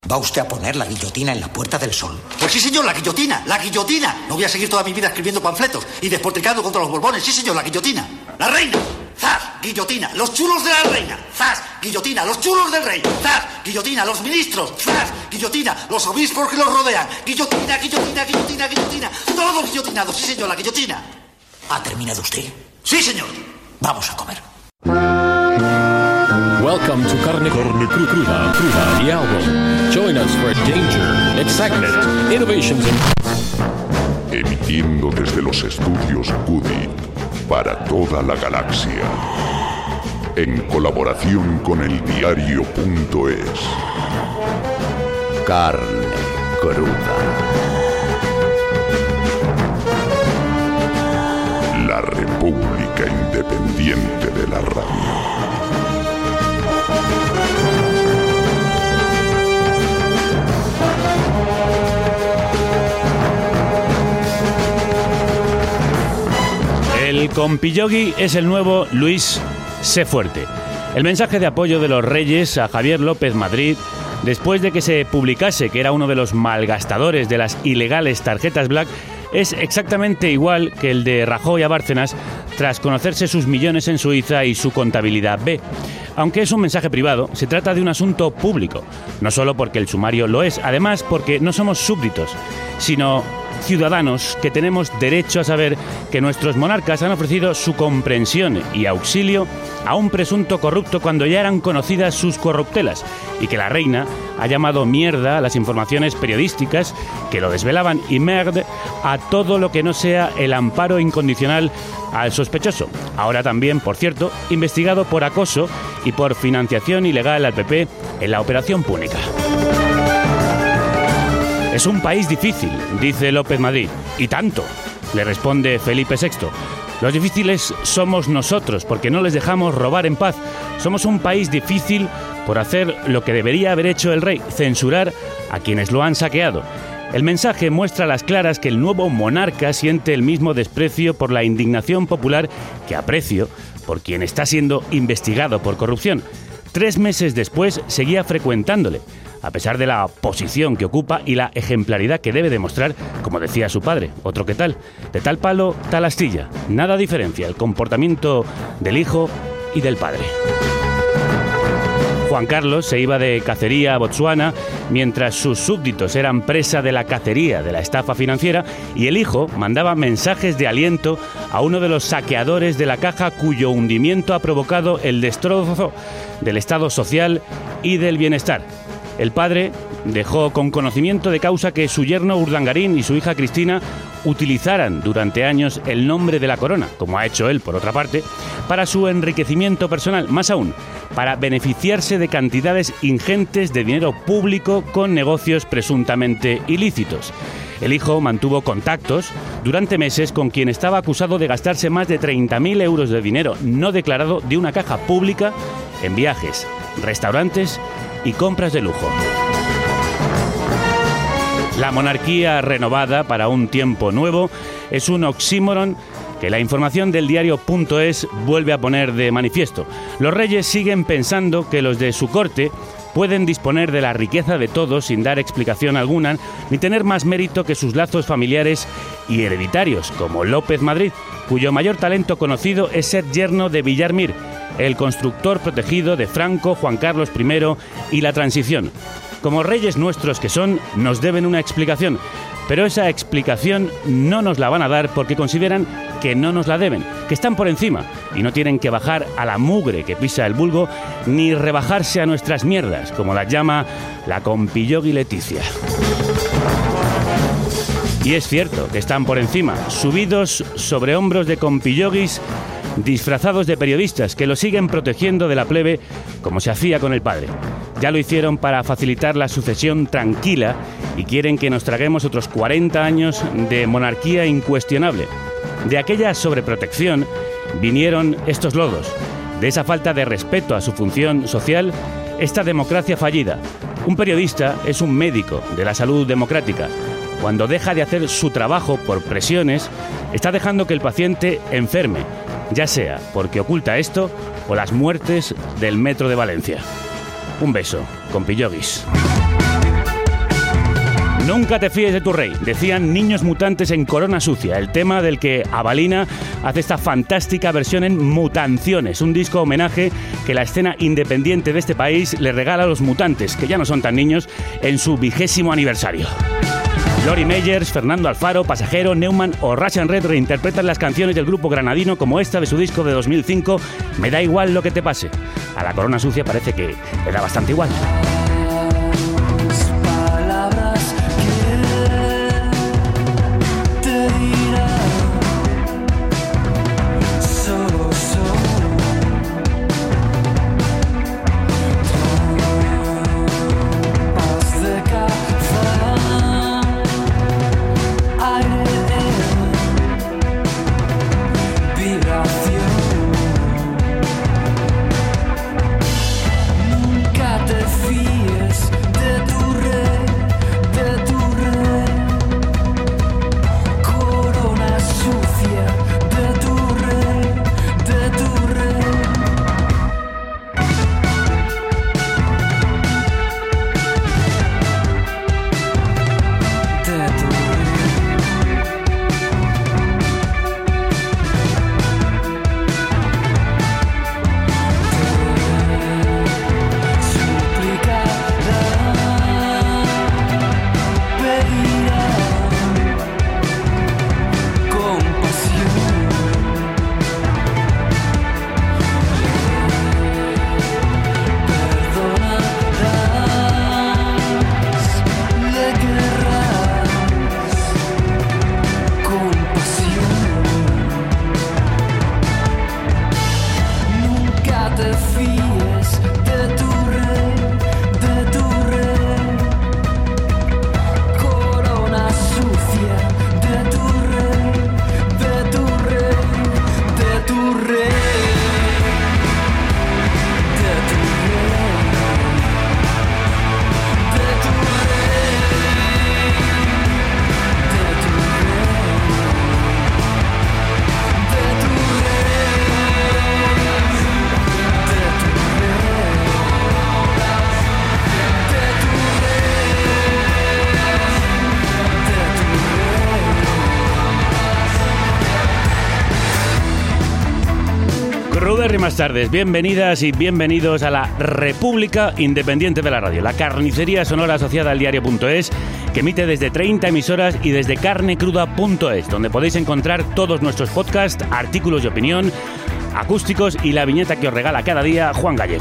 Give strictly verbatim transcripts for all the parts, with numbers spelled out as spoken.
¿Va usted a poner la guillotina en la Puerta del Sol? Pues sí, señor, la guillotina, la guillotina. No voy a seguir toda mi vida escribiendo panfletos y despotricando contra los Borbones. Sí, señor, la guillotina. La reina. ¡Zas! Guillotina. Los chulos de la reina. ¡Zas! Guillotina. Los chulos del rey. ¡Zas! Guillotina. Los ministros. ¡Zas! Guillotina. Los obispos que los rodean. Guillotina, guillotina, guillotina, guillotina. Todos guillotinados. Sí, señor, la guillotina. ¿Ha terminado usted? Sí, señor. Vamos a comer. Welcome to Carne, Carne Cru- Cruda, Cruda, the album. Join us for danger, excitement, innovations and... Emitiendo desde los estudios Cudi para toda la galaxia. En colaboración con el diario punto es. Carne Cruda. La República Independiente de la Radio. El compillogui es el nuevo Luis Sé Fuerte. El mensaje de apoyo de los Reyes a Javier López Madrid, después de que se publicase que era uno de los malgastadores de las ilegales tarjetas Black, es exactamente igual que el de Rajoy a Bárcenas tras conocerse sus millones en Suiza y su contabilidad B. Aunque es un mensaje privado, se trata de un asunto público, no solo porque el sumario lo es, además porque no somos súbditos, sino ciudadanos que tenemos derecho a saber que nuestros monarcas han ofrecido su comprensión y auxilio a un presunto corrupto cuando ya eran conocidas sus corruptelas y que la reina ha llamado mierda a las informaciones periodísticas que lo desvelaban y merde a todo lo que no sea el amparo incondicional al sospechoso. Ahora también, por cierto, investigado por acoso y por financiación ilegal al P P en la Operación Púnica. Es un país difícil, dice López Madrid. Y tanto, le responde Felipe sexto. Los difíciles somos nosotros, porque no les dejamos robar en paz. Somos un país difícil por hacer lo que debería haber hecho el rey, censurar a quienes lo han saqueado. El mensaje muestra a las claras que el nuevo monarca siente el mismo desprecio por la indignación popular que aprecio por quien está siendo investigado por corrupción. Tres meses después seguía frecuentándole, a pesar de la posición que ocupa y la ejemplaridad que debe demostrar, como decía su padre, otro que tal, de tal palo, tal astilla. Nada diferencia el comportamiento del hijo y del padre. Juan Carlos se iba de cacería a Botsuana mientras sus súbditos eran presa de la cacería de la estafa financiera y el hijo mandaba mensajes de aliento a uno de los saqueadores de la caja cuyo hundimiento ha provocado el destrozo del estado social y del bienestar. El padre dejó con conocimiento de causa que su yerno Urdangarín y su hija Cristina utilizaran durante años el nombre de la corona, como ha hecho él por otra parte, para su enriquecimiento personal, más aún, para beneficiarse de cantidades ingentes de dinero público con negocios presuntamente ilícitos. El hijo mantuvo contactos durante meses con quien estaba acusado de gastarse más de treinta mil euros de dinero no declarado de una caja pública en viajes, restaurantes y compras de lujo. La monarquía renovada para un tiempo nuevo es un oxímoron que la información del diario punto es vuelve a poner de manifiesto. Los reyes siguen pensando que los de su corte pueden disponer de la riqueza de todos sin dar explicación alguna, ni tener más mérito que sus lazos familiares y hereditarios, como López Madrid, cuyo mayor talento conocido es ser yerno de Villar-Mir, el constructor protegido de Franco, Juan Carlos primero y la Transición. Como reyes nuestros que son, nos deben una explicación, pero esa explicación no nos la van a dar porque consideran que no nos la deben, que están por encima y no tienen que bajar a la mugre que pisa el vulgo ni rebajarse a nuestras mierdas, como las llama la compillogui Leticia. Y es cierto que están por encima, subidos sobre hombros de compilloguis disfrazados de periodistas que lo siguen protegiendo de la plebe como se hacía con el padre. Ya lo hicieron para facilitar la sucesión tranquila y quieren que nos traguemos otros cuarenta años de monarquía incuestionable. De aquella sobreprotección vinieron estos lodos. De esa falta de respeto a su función social, esta democracia fallida. Un periodista es un médico de la salud democrática. Cuando deja de hacer su trabajo por presiones, está dejando que el paciente enferme, ya sea porque oculta esto o las muertes del metro de Valencia. Un beso, compilloguis. Nunca te fíes de tu rey, decían Niños Mutantes en Corona Sucia, el tema del que Avalina hace esta fantástica versión en Mutanciones, un disco homenaje que la escena independiente de este país le regala a los mutantes, que ya no son tan niños, en su vigésimo aniversario. Lori Meyers, Fernando Alfaro, Pasajero, Neumann o Russian Red reinterpretan las canciones del grupo granadino como esta de su disco de dos mil cinco, Me da igual lo que te pase. A la Corona Sucia parece que le da bastante igual. Más tardes, bienvenidas y bienvenidos a la República Independiente de la Radio, la carnicería sonora asociada al diario punto es, que emite desde treinta emisoras y desde carne cruda punto es, donde podéis encontrar todos nuestros podcasts, artículos de opinión, acústicos y la viñeta que os regala cada día Juan Gallego.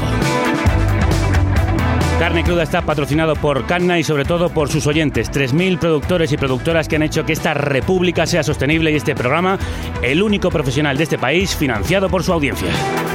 Carne Cruda está patrocinado por Canna y sobre todo por sus oyentes, tres mil productores y productoras que han hecho que esta república sea sostenible y este programa, el único profesional de este país, financiado por su audiencia.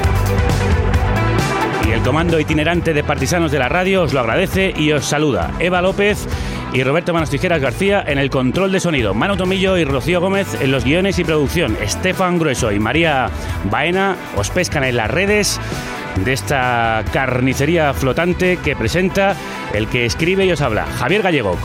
Y el comando itinerante de partisanos de la radio os lo agradece y os saluda Eva López y Roberto Manos Tijeras García en el control de sonido, Manu Tomillo y Rocío Gómez en los guiones y producción, Estefan Grueso y María Baena os pescan en las redes de esta carnicería flotante que presenta el que escribe y os habla, Javier Gallego.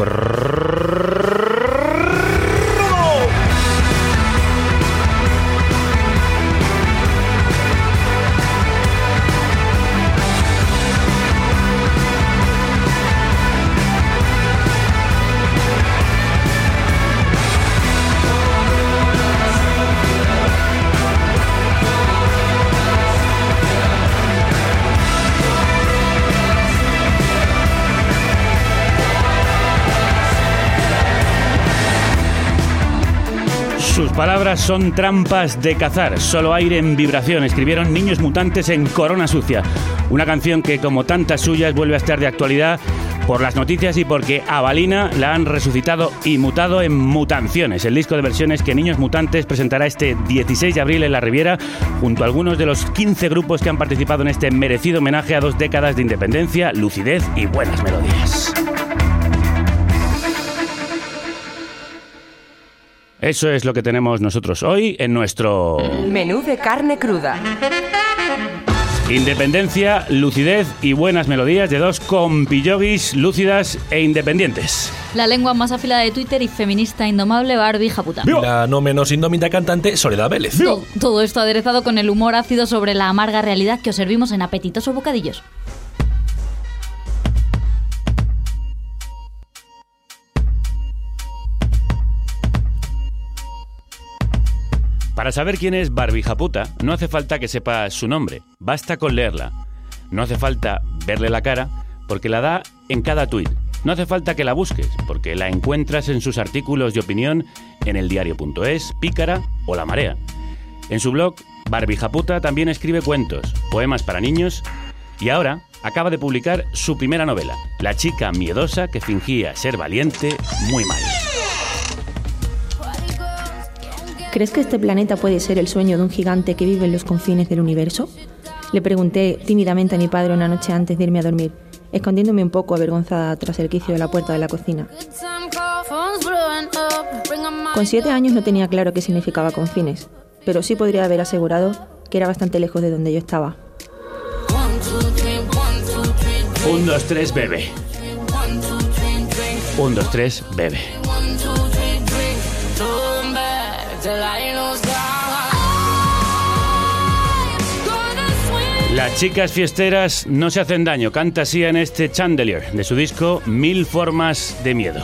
Sus palabras son trampas de cazar, solo aire en vibración, escribieron Niños Mutantes en Corona Sucia. Una canción que, como tantas suyas, vuelve a estar de actualidad por las noticias y porque Avalina la han resucitado y mutado en Mutanciones, el disco de versiones que Niños Mutantes presentará este dieciséis de abril en la Riviera, junto a algunos de los quince grupos que han participado en este merecido homenaje a dos décadas de independencia, lucidez y buenas melodías. Eso es lo que tenemos nosotros hoy en nuestro menú de carne cruda. Independencia, lucidez y buenas melodías de dos compillogis lúcidas e independientes. La lengua más afilada de Twitter y feminista indomable Barbie Japuta. Y la no menos indómita cantante Soledad Vélez. Todo, todo esto aderezado con el humor ácido sobre la amarga realidad que os servimos en apetitosos bocadillos. Para saber quién es Barbie Japuta, no hace falta que sepas su nombre, basta con leerla. No hace falta verle la cara, porque la da en cada tuit. No hace falta que la busques, porque la encuentras en sus artículos de opinión en eldiario punto es, Pícara o La Marea. En su blog, Barbie Japuta también escribe cuentos, poemas para niños y ahora acaba de publicar su primera novela, La chica miedosa que fingía ser valiente muy mal. ¿Crees que este planeta puede ser el sueño de un gigante que vive en los confines del universo? Le pregunté tímidamente a mi padre una noche antes de irme a dormir, escondiéndome un poco avergonzada tras el quicio de la puerta de la cocina. Con siete años no tenía claro qué significaba confines, pero sí podría haber asegurado que era bastante lejos de donde yo estaba. Un, dos, tres, bebe. Un, dos, tres, bebe. Las chicas fiesteras no se hacen daño, canta así en este Chandelier, de su disco Mil Formas de Miedo.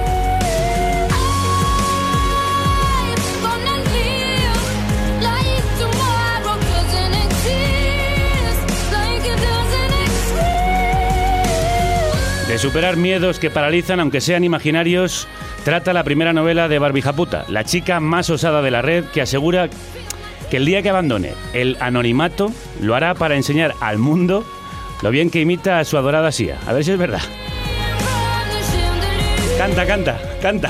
De superar miedos que paralizan, aunque sean imaginarios, trata la primera novela de Barbie Japuta, la chica más osada de la red que asegura que el día que abandone el anonimato lo hará para enseñar al mundo lo bien que imita a su adorada Sia. A ver si es verdad. Canta, canta, canta.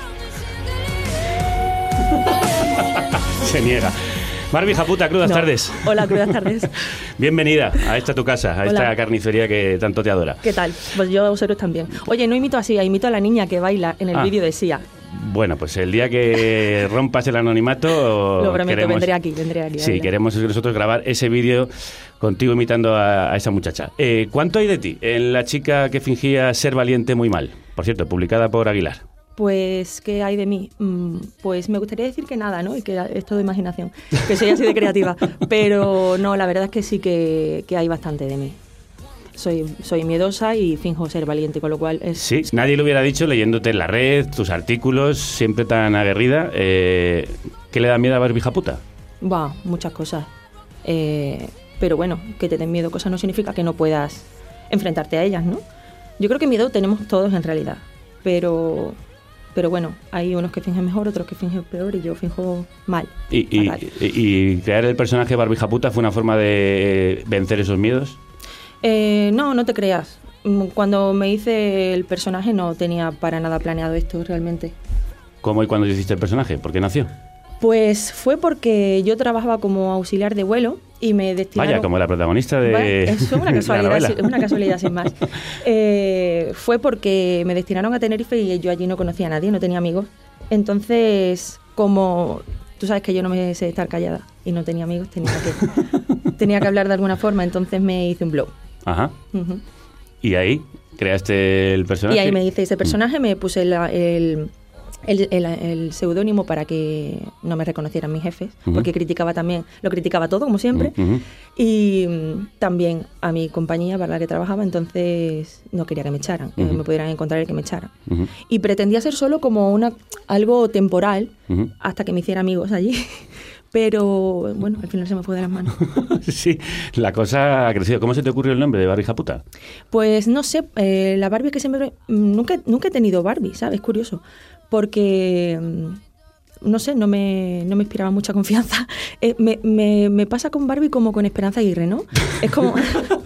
Se niega. Barbie Japuta, crudas No. tardes. Hola, crudas tardes. Bienvenida a esta tu casa, a Hola. esta carnicería que tanto te adora. ¿Qué tal? Pues yo a vosotros también. Oye, no imito a Sia, imito a la niña que baila en el Ah. vídeo de Sia. Bueno, pues el día que rompas el anonimato... Lo prometo, queremos- vendré aquí, vendré aquí. a Sí, bailar. queremos nosotros grabar ese vídeo contigo imitando a, a esa muchacha. Eh, ¿Cuánto hay de ti en La chica que fingía ser valiente muy mal? Por cierto, publicada por Aguilar. Pues, ¿qué hay de mí? Mm, Pues me gustaría decir que nada, ¿no? Y que es todo imaginación, que soy así de creativa. Pero no, la verdad es que sí que, que hay bastante de mí. Soy, soy miedosa y finjo ser valiente, con lo cual es... Sí, nadie lo hubiera dicho leyéndote en la red, tus artículos, siempre tan aguerrida. Eh, ¿Qué le da miedo a Barbie Japuta? Va, muchas cosas. Eh, pero bueno, que te den miedo cosas no significa que no puedas enfrentarte a ellas, ¿no? Yo creo que miedo tenemos todos en realidad, pero... Pero bueno, hay unos que fingen mejor, otros que fingen peor y yo finjo mal. Y, y, fatal. y- y crear el personaje Barbie Japuta fue una forma de vencer esos miedos. Eh, no, no te creas. Mm, Cuando me hice el personaje no tenía para nada planeado esto realmente. ¿Cómo y cuándo hiciste el personaje? ¿Por qué nació? Pues fue porque yo trabajaba como auxiliar de vuelo y me destinaron... Vaya, como la protagonista de Bueno, es una la casualidad, novela. sí, es una casualidad sin más. Eh, fue porque me destinaron a Tenerife y yo allí no conocía a nadie, no tenía amigos. Entonces, como tú sabes que yo no me sé estar callada y no tenía amigos, tenía que, tenía que hablar de alguna forma, entonces me hice un blog. Ajá. Ujú. Y ahí creaste el personaje. Y ahí me hice ese personaje, me puse la- el, el, el- el seudónimo para que no me reconocieran mis jefes, Ujú. porque criticaba también, lo criticaba todo, como siempre. Ujú. Y mm, también a mi compañía para la que trabajaba, entonces no quería que me echaran, que Ujú. me pudieran encontrar y que me echaran. Ujú. Y pretendía ser solo como una algo temporal Ujú. hasta que me hiciera amigos allí. Pero bueno, al final se me fue de las manos. Sí, la cosa ha crecido. ¿Cómo se te ocurrió el nombre de Barbie Japuta? Pues no sé, eh, la Barbie que siempre... Nunca, nunca he tenido Barbie, ¿sabes? Es curioso. Porque, mm, no sé, no me, no me inspiraba mucha confianza. Eh, me, me, me pasa con Barbie como con Esperanza Aguirre, ¿no? Es como...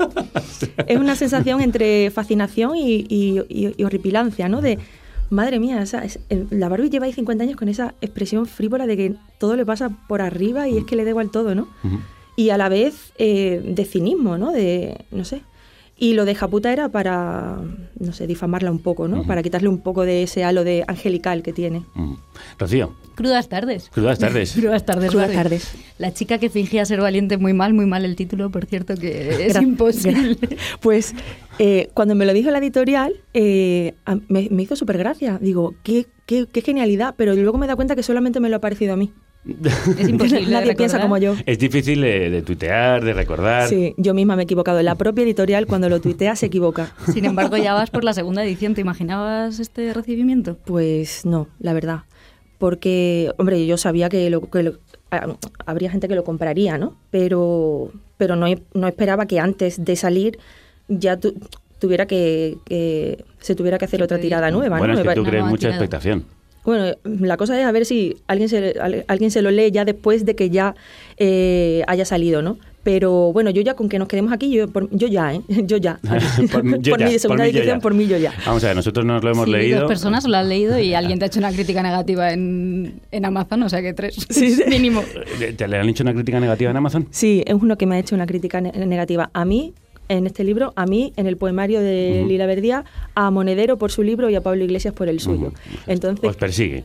es una sensación entre fascinación y, y, y- y horripilancia, ¿no? De, madre mía, esa, es- eh, la Barbie lleva ahí cincuenta años con esa expresión frívola de que todo le pasa por arriba y es que le da igual todo, ¿no? Ujú. Y a la vez eh, de cinismo, ¿no? De, no sé. Y lo de Japuta era para, no sé, difamarla un poco, ¿no? Ujú. Para quitarle un poco de ese halo de angelical que tiene. Ujú. Rocío, Crudas tardes. crudas tardes. Crudas tardes. Crudas Barbie. tardes. La chica que fingía ser valiente muy mal, muy mal el título, por cierto, que es Gra- imposible. gra- Pues eh, cuando me lo dijo la editorial, eh, a- me, me hizo súper gracia. Digo, qué, qué, qué genialidad, pero luego me da cuenta que solamente me lo ha parecido a mí. Es imposible de Nadie piensa recordar. como yo. Es difícil de, de tuitear, de recordar. Sí, yo misma me he equivocado. La propia editorial, cuando lo tuitea, se equivoca. Sin embargo, ya vas por la segunda edición. ¿Te imaginabas este recibimiento? Pues no, la verdad. Porque, hombre, yo sabía que lo, que lo- a, habría gente que lo compraría, ¿no? Pero, pero no, no esperaba que antes de salir ya tu, tuviera que, que se tuviera que hacer otra tirada nueva, bueno, ¿no? es que tú crees no, mucha tirada. expectación. Bueno, la cosa es a ver si alguien se, alguien se lo lee ya después de que ya eh, haya salido, ¿no? Pero bueno, yo ya con que nos quedemos aquí, yo, por, yo ya, ¿eh? Yo ya. por yo por ya, mi de segunda por mí yo edición, ya. por mí yo ya. Vamos a ver, nosotros nos lo hemos Sí, leído. dos personas lo han leído y alguien te ha hecho una crítica negativa en, en Amazon, o sea que tres, Sí, sí. mínimo. ¿Te le han hecho una crítica negativa en Amazon? Sí, es uno que me ha hecho una crítica ne- negativa a mí, en este libro, a mí, en el poemario de Ujú. Lila Verdía, a Monedero por su libro y a Pablo Iglesias por el suyo. Ujú. Entonces, Os persigue.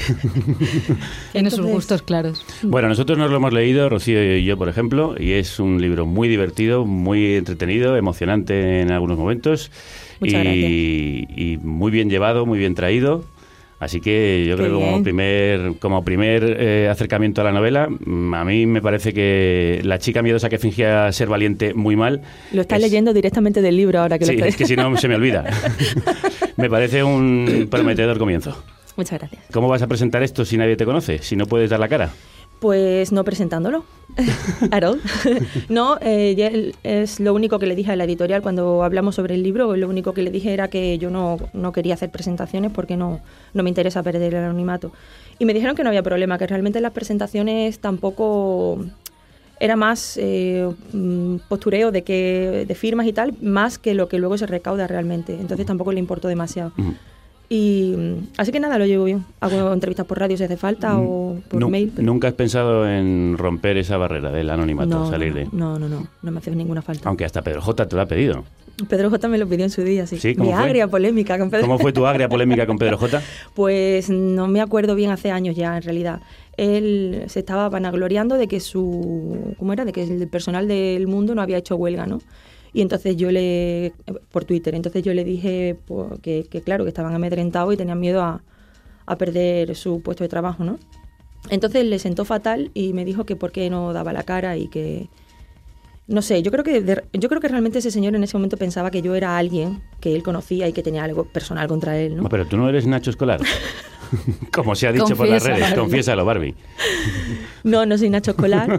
Tiene sus Entonces- gustos claros. Bueno, nosotros nos lo hemos leído, Rocío y yo, por ejemplo, y es un libro muy divertido, muy entretenido, emocionante en algunos momentos Muchas y, y muy bien llevado, muy bien traído. Así que yo Qué creo que como bien. primer, como primer eh, acercamiento a la novela, mm, a mí me parece que la chica miedosa que fingía ser valiente muy mal... lo estás es- leyendo directamente del libro ahora que Sí, lo estás... es que si no se me olvida. Me parece un prometedor comienzo. Muchas gracias. ¿Cómo vas a presentar esto si nadie te conoce? Si no puedes dar la cara. Pues no presentándolo. At all. No, eh, ya el- es lo único que le dije a la editorial cuando hablamos sobre el libro. Lo único que le dije era que yo no, no quería hacer presentaciones porque no, no me interesa perder el anonimato. Y me dijeron que no había problema, que realmente las presentaciones tampoco... Era más eh, mm, postureo de, que, de firmas y tal, más que lo que luego se recauda realmente. Entonces tampoco le importó demasiado. Mm. Y mm, así que nada, lo llevo bien. Hago entrevistas por radio si hace falta o por Nu- mail. pero- Nunca has pensado en romper esa barrera del anonimato, no, salir no, de... no, no, no, no me hace ninguna falta. Aunque hasta Pedro J te lo ha pedido. Pedro J me lo pidió en su día, sí. Sí, ¿cómo Mi fue? agria polémica con Pedro. ¿Cómo fue tu agria polémica con Pedro J? Pues no me acuerdo bien, hace años ya, en realidad. Él se estaba vanagloriando de que su... ¿Cómo era? De que el personal del Mundo no había hecho huelga, ¿no? Y entonces yo le... Por Twitter. Entonces yo le dije pues, que, que, claro, que estaban amedrentados y tenían miedo a, a perder su puesto de trabajo, ¿no? Entonces le sentó fatal y me dijo que por qué no daba la cara y que... No sé, yo creo que de- yo creo que realmente ese señor en ese momento pensaba que yo era alguien que él conocía y que tenía algo personal contra él, ¿no? Pero tú no eres Nacho Escolar. Como se ha dicho por las Confiesa, redes. Barbie. Confiésalo, Barbie. No, no soy Nacho Escolar.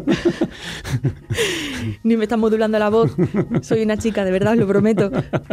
Ni me están modulando la voz. Soy una chica, de verdad, lo prometo.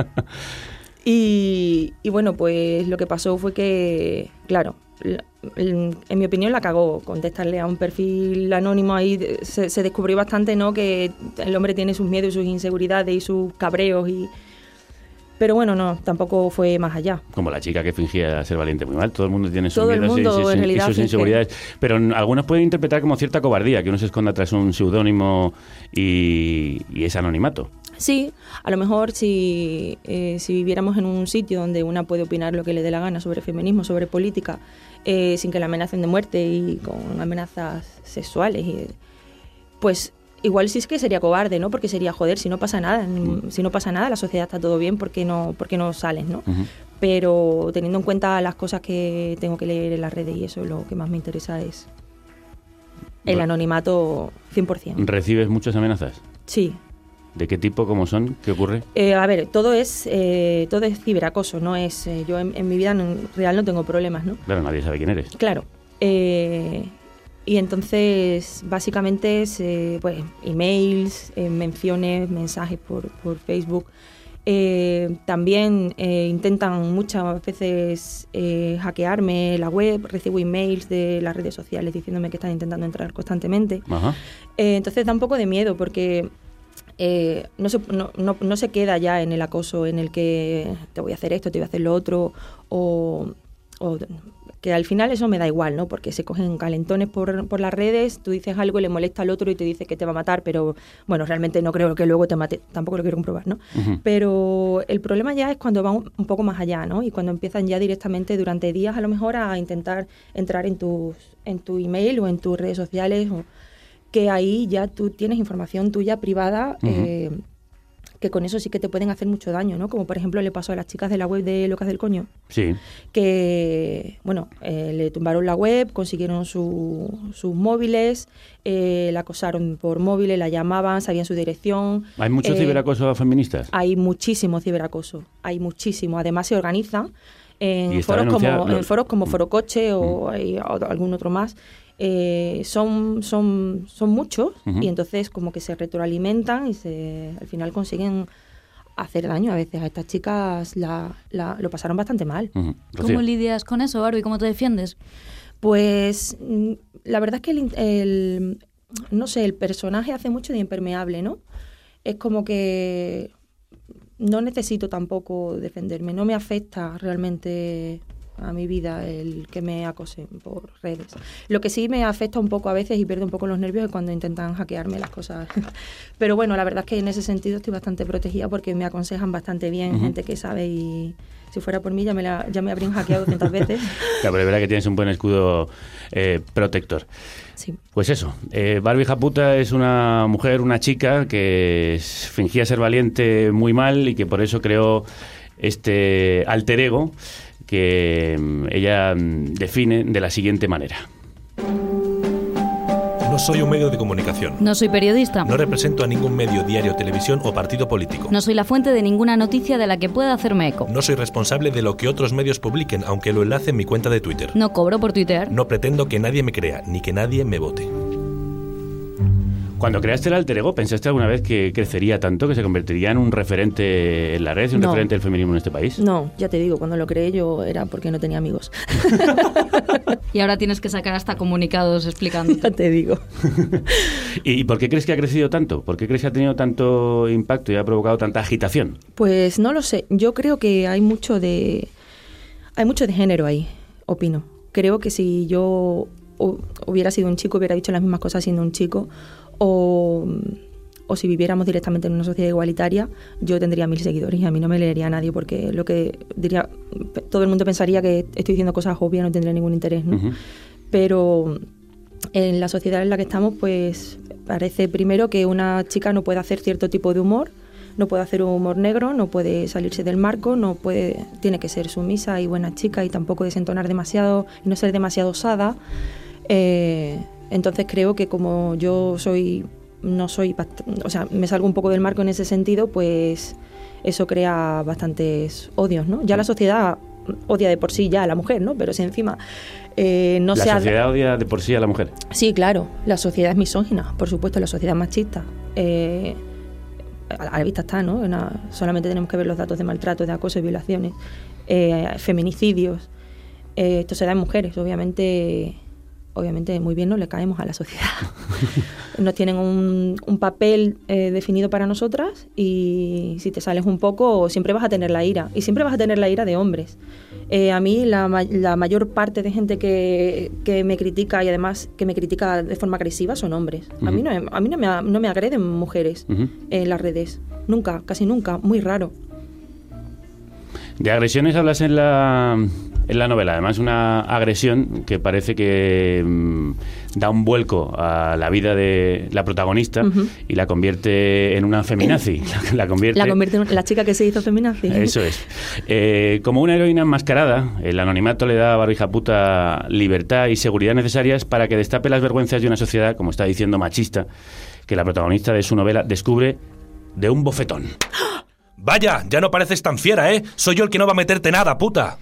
Y, y bueno, pues lo que pasó fue que, claro, la- en en mi opinión la cagó. Contestarle a un perfil anónimo ahí de- se, se descubrió bastante, ¿no? Que el hombre tiene sus miedos y sus inseguridades y sus cabreos y... Pero bueno, no, tampoco fue más allá. Como la chica que fingía ser valiente muy mal. Todo el mundo tiene sus Todo el miedos y- mundo, y, sus- en y realidad, sus finge. inseguridades. Pero n- algunos pueden interpretar como cierta cobardía, que uno se esconda tras un seudónimo y, y es anonimato. Sí, a lo mejor si, eh, si viviéramos en un sitio donde una puede opinar lo que le dé la gana sobre feminismo, sobre política, eh, sin que la amenacen de muerte y con amenazas sexuales, y, pues igual sí es que sería cobarde, ¿no? Porque sería, joder, si no pasa nada, mm. si no pasa nada, la sociedad está todo bien, ¿por qué no, por qué no sales, no? Ujú. Pero teniendo en cuenta las cosas que tengo que leer en las redes y eso, lo que más me interesa es el Bueno. anonimato cien por ciento. ¿Recibes muchas amenazas? Sí. ¿De qué tipo? ¿Cómo son? ¿Qué ocurre? Eh, a ver, todo es eh, todo es ciberacoso, no es eh, yo en, en mi vida no- real no tengo problemas, ¿no? Claro, nadie sabe quién eres. Claro. Eh, y entonces básicamente es eh, pues emails, eh, menciones, mensajes por, por Facebook. Eh, también eh, intentan muchas veces eh, hackearme la web, recibo emails de las redes sociales diciéndome que están intentando entrar constantemente. Ajá. Eh, entonces da un poco de miedo porque eh, no, se, no, no, no se queda ya en el acoso en el que te voy a hacer esto, te voy a hacer lo otro, o, o que al final eso me da igual, ¿no? Porque se cogen calentones por, por las redes, tú dices algo, le molesta al otro y te dice que te va a matar, pero bueno, realmente no creo que luego te mate, tampoco lo quiero comprobar, ¿no? Ujú. Pero el problema ya es cuando va un, un poco más allá, ¿no? Y cuando empiezan ya directamente durante días a lo mejor a intentar entrar en, tus, en tu email o en tus redes sociales, o, que ahí ya tú tienes información tuya privada, Ujú. eh, que con eso sí que te pueden hacer mucho daño, ¿no? Como por ejemplo le pasó a las chicas de la web de Locas del Coño, Sí. que, bueno, eh, le tumbaron la web, consiguieron su- sus móviles, eh, la acosaron por móviles, la llamaban, sabían su dirección. ¿Hay mucho eh, ciberacoso a feministas? Hay muchísimo ciberacoso, hay muchísimo. Además se organiza Y en está foros, como, denunciado- en foros como Mm. Forocoche o, hay o algún otro más. eh, son, son, son muchos Ujú. y entonces como que se retroalimentan y se, al final consiguen hacer daño a veces. A estas chicas la, la, lo pasaron bastante mal. Ujú. Rocío. ¿Cómo lidias con eso, Barbie? ¿Cómo te defiendes? Pues mm, la verdad es que el, el- no sé, el personaje hace mucho de impermeable, ¿no? Es como que no necesito tampoco defenderme, no me afecta realmente a mi vida el que me acosen por redes. Lo que sí me afecta un poco a veces y pierdo un poco los nervios es cuando intentan hackearme las cosas. Pero bueno, la verdad es que en ese sentido estoy bastante protegida porque me aconsejan bastante bien, Ujú. gente que sabe, y si fuera por mí ya me, la, ya me habrían hackeado cientos veces. Claro, pero es verdad que tienes un buen escudo eh, protector. Sí. Pues eso, eh, Barbie Japuta es una mujer, una chica que s- fingía ser valiente muy mal y que por eso creó este alter ego que mm, ella mm, define de la siguiente manera. No soy un medio de comunicación. No soy periodista. No represento a ningún medio, diario, televisión o partido político. No soy la fuente de ninguna noticia de la que pueda hacerme eco. No soy responsable de lo que otros medios publiquen, aunque lo enlace en mi cuenta de Twitter. No cobro por tuitear. No pretendo que nadie me crea, ni que nadie me vote. Cuando creaste el alter ego, ¿pensaste alguna vez que crecería tanto, que se convertiría en un referente en la red, y un No. referente del feminismo en este país? No, ya te digo, cuando lo creé yo era porque no tenía amigos. Y ahora tienes que sacar hasta comunicados explicando. Ya te digo. ¿Y por qué crees que ha crecido tanto? ¿Por qué crees que ha tenido tanto impacto y ha provocado tanta agitación? Pues no lo sé. Yo creo que hay mucho de hay mucho de género ahí, opino. Creo que si yo hu- hubiera sido un chico, hubiera dicho las mismas cosas siendo un chico, o, o si viviéramos directamente en una sociedad igualitaria, yo tendría mil seguidores y a mí no me leería a nadie, porque lo que diría, pe- todo el mundo pensaría que estoy diciendo cosas obvias, no tendría ningún interés, ¿no? Ujú. Pero en la sociedad en la que estamos, pues parece primero que una chica no puede hacer cierto tipo de humor, no puede hacer un humor negro, no puede salirse del marco, no puede, tiene que ser sumisa y buena chica y tampoco desentonar demasiado y no ser demasiado osada. Eh, entonces creo que como yo soy, no soy, bast- o sea, me salgo un poco del marco en ese sentido, pues eso crea bastantes odios, ¿no? Ya la sociedad odia de por sí ya a la mujer, ¿no? Pero si encima eh, no la se ha- sociedad odia de por sí a la mujer. Sí, claro, la sociedad es misógina, por supuesto, la sociedad es machista. Eh, a a la vista está, ¿no? Una- solamente tenemos que ver los datos de maltrato, de acoso y violaciones, eh, feminicidios. Eh, esto se da en mujeres, obviamente, obviamente muy bien no le caemos a la sociedad. Nos tienen un, un papel eh, definido para nosotras y si te sales un poco siempre vas a tener la ira, y siempre vas a tener la ira de hombres. Eh, a mí la, ma- la mayor parte de gente que, que me critica, y además que me critica de forma agresiva, son hombres. A mí no, me- a mí no me, a- no me agreden mujeres Ujú. en las redes, nunca, casi nunca, muy raro. De agresiones hablas en la, en la novela. Además, una agresión que parece que mm, da un vuelco a la vida de la protagonista Ujú. y la convierte en una feminazi. La, la convierte... La convierte en la chica que se hizo feminazi. Eso es. Eh, como una heroína enmascarada, el anonimato le da a Barbie Japuta libertad y seguridad necesarias para que destape las vergüenzas de una sociedad, como está diciendo, machista, que la protagonista de su novela descubre de un bofetón. Vaya, ya no pareces tan fiera, ¿eh? Soy yo el que no va a meterte nada, puta.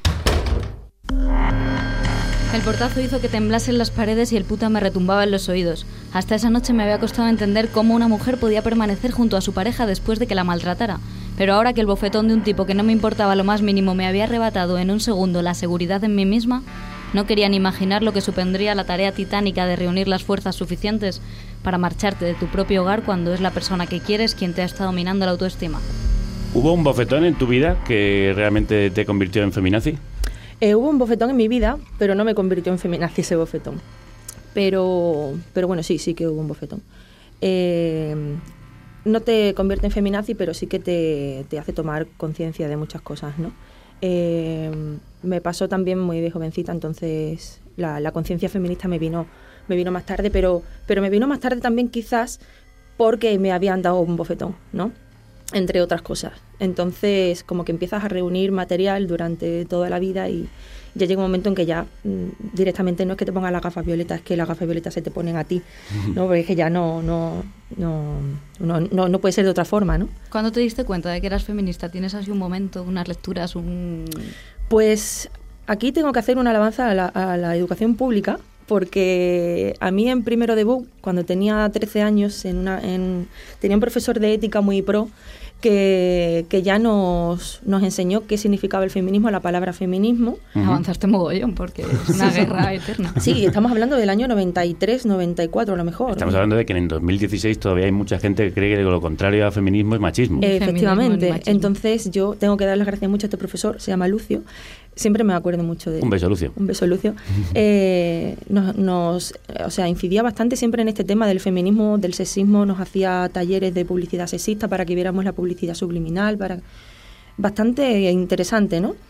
El portazo hizo que temblasen las paredes y el puta me retumbaba en los oídos. Hasta esa noche me había costado entender cómo una mujer podía permanecer junto a su pareja después de que la maltratara. Pero ahora que el bofetón de un tipo que no me importaba lo más mínimo me había arrebatado en un segundo la seguridad en mí misma, no quería ni imaginar lo que supondría la tarea titánica de reunir las fuerzas suficientes para marcharte de tu propio hogar cuando es la persona que quieres quien te ha estado minando la autoestima. ¿Hubo un bofetón en tu vida que realmente te convirtió en feminazi? Eh, hubo un bofetón en mi vida, pero no me convirtió en feminazi ese bofetón. Pero, pero bueno, sí, sí que hubo un bofetón. Eh, no te convierte en feminazi, pero sí que te, te hace tomar conciencia de muchas cosas, ¿no? Eh, me pasó también muy de jovencita, entonces la, la conciencia feminista me vino, me vino más tarde, pero, pero me vino más tarde también quizás porque me habían dado un bofetón, ¿no? Entre otras cosas. Entonces, como que empiezas a reunir material durante toda la vida y ya llega un momento en que ya mm, directamente no es que te pongan las gafas violetas, es que las gafas violetas se te ponen a ti, ¿no? Porque es que ya no, no, no, no, no, no puede ser de otra forma, ¿no? ¿Cuándo te diste cuenta de que eras feminista? ¿Tienes así un momento, unas lecturas, un...? Pues aquí tengo que hacer una alabanza a la, a la educación pública, porque a mí en primero de B U, cuando tenía trece años, en una, en, tenía un profesor de ética muy pro que, que ya nos, nos enseñó qué significaba el feminismo, la palabra feminismo. Uh-huh. Avanzaste mogollón, porque es una guerra eterna. Sí, estamos hablando del año noventa y tres, noventa y cuatro a lo mejor. Estamos hablando de que en dos mil dieciséis todavía hay mucha gente que cree que lo contrario a feminismo es machismo. Eh, efectivamente. Machismo. Entonces yo tengo que dar las gracias mucho a este profesor, se llama Lucio. Siempre me acuerdo mucho de él. Un beso, Lucio. Un beso, Lucio. Eh, nos, nos, o sea, incidía bastante siempre en este tema del feminismo, del sexismo. Nos hacía talleres de publicidad sexista para que viéramos la publicidad subliminal. Para bastante interesante, ¿no?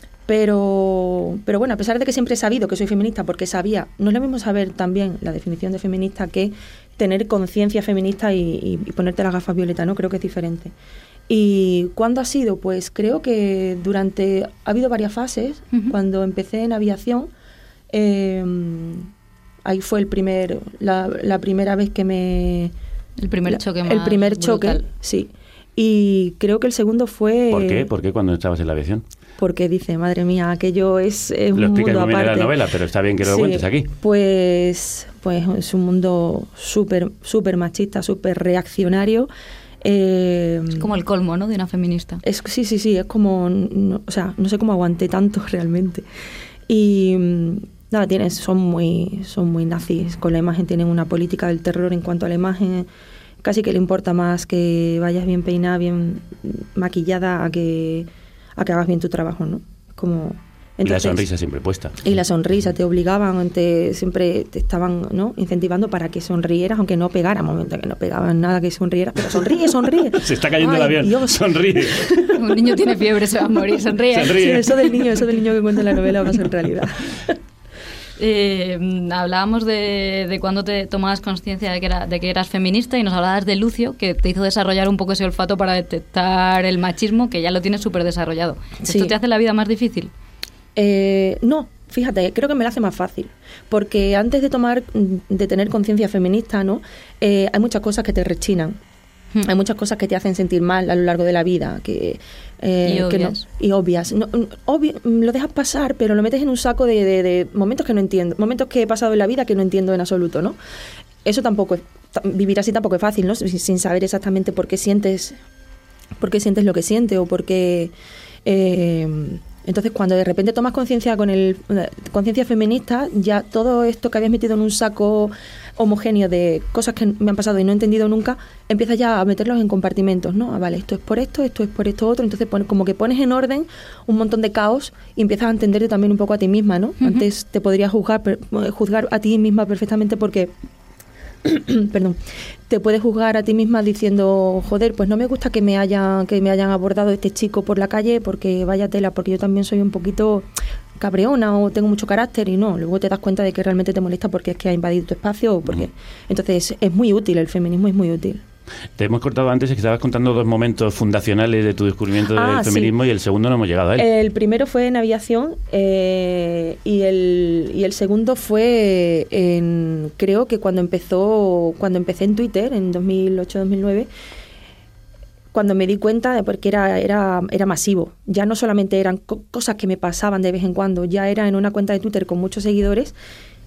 Pero, pero bueno, a pesar de que siempre he sabido que soy feminista, porque sabía, no es lo mismo saber también la definición de feminista que tener conciencia feminista y, y, y ponerte las gafas violetas, ¿no? Creo que es diferente. ¿Y cuándo ha sido? Pues creo que durante... Ha habido varias fases. Uh-huh. Cuando empecé en aviación, eh, ahí fue el primer la, la primera vez que me... El primer choque la, más El primer choque, brutal. sí. Y creo que el segundo fue... ¿Por qué? ¿Por qué cuando estabas en la aviación? Porque dice, madre mía, aquello es, es un lo mundo explicas muy bien aparte. en la novela, pero está bien que lo sí, cuentes aquí. Pues, pues es un mundo súper, súper machista, súper reaccionario. Eh, es como el colmo, ¿no?, de una feminista. Es, sí, sí, sí, es como... No, o sea, no sé cómo aguanté tanto realmente. Y nada, tienen, son muy son muy nazis con la imagen, tienen una política del terror en cuanto a la imagen. Casi que le importa más que vayas bien peinada, bien maquillada, a que, a que hagas bien tu trabajo, ¿no? Como... Entonces, y la sonrisa siempre puesta. Y la sonrisa, te obligaban, te, siempre te estaban, ¿no?, incentivando para que sonrieras, aunque no pegara, momento que no pegaban nada que sonrieras, pero sonríe, sonríe. Se está cayendo Ay, el avión, Dios. Sonríe. Un niño tiene fiebre, se va a morir, sonríe. Sonríe. Sí, eso del niño, eso del niño que cuenta en la novela pasa en realidad. Eh, hablábamos de, de cuando te tomabas conciencia de que era, de que eras feminista, y nos hablabas de Lucio, que te hizo desarrollar un poco ese olfato para detectar el machismo, que ya lo tienes súper desarrollado. Sí. ¿Esto te hace la vida más difícil? Eh, no, fíjate, creo que me la hace más fácil, porque antes de tomar, de tener conciencia feminista, ¿no? Eh, hay muchas cosas que te rechinan. Hmm. Hay muchas cosas que te hacen sentir mal a lo largo de la vida, que, eh, y obvias. Que no, y obvias. No, obvi, lo dejas pasar, pero lo metes en un saco de, de, de momentos que no entiendo, momentos que he pasado en la vida que no entiendo en absoluto, ¿no? Eso tampoco, vivir así tampoco es fácil, ¿no? Sin, sin saber exactamente por qué sientes, por qué sientes lo que sientes o por qué... Eh, Entonces, cuando de repente tomas conciencia con el conciencia feminista, ya todo esto que habías metido en un saco homogéneo de cosas que me han pasado y no he entendido nunca, empiezas ya a meterlos en compartimentos, ¿no? Ah, vale, esto es por esto, esto es por esto otro. Entonces, pon, como que pones en orden un montón de caos y empiezas a entenderte también un poco a ti misma, ¿no? Uh-huh. Antes te podrías juzgar, juzgar a ti misma perfectamente porque... perdón, te puedes juzgar a ti misma diciendo, joder, pues no me gusta que me hayan que me hayan abordado este chico por la calle porque vaya tela, porque yo también soy un poquito cabreona o tengo mucho carácter, y no, luego te das cuenta de que realmente te molesta porque es que ha invadido tu espacio o porque... Mm. Entonces es muy útil, el feminismo es muy útil. Te hemos cortado antes y que estabas contando dos momentos fundacionales de tu descubrimiento ah, del feminismo, sí. Y el segundo no hemos llegado a él. El primero fue en aviación eh, y, el, y el segundo fue en, creo que cuando empezó cuando empecé en Twitter en dos mil ocho dos mil nueve, cuando me di cuenta de porque era, era, era masivo. Ya no solamente eran co- cosas que me pasaban de vez en cuando, ya era en una cuenta de Twitter con muchos seguidores.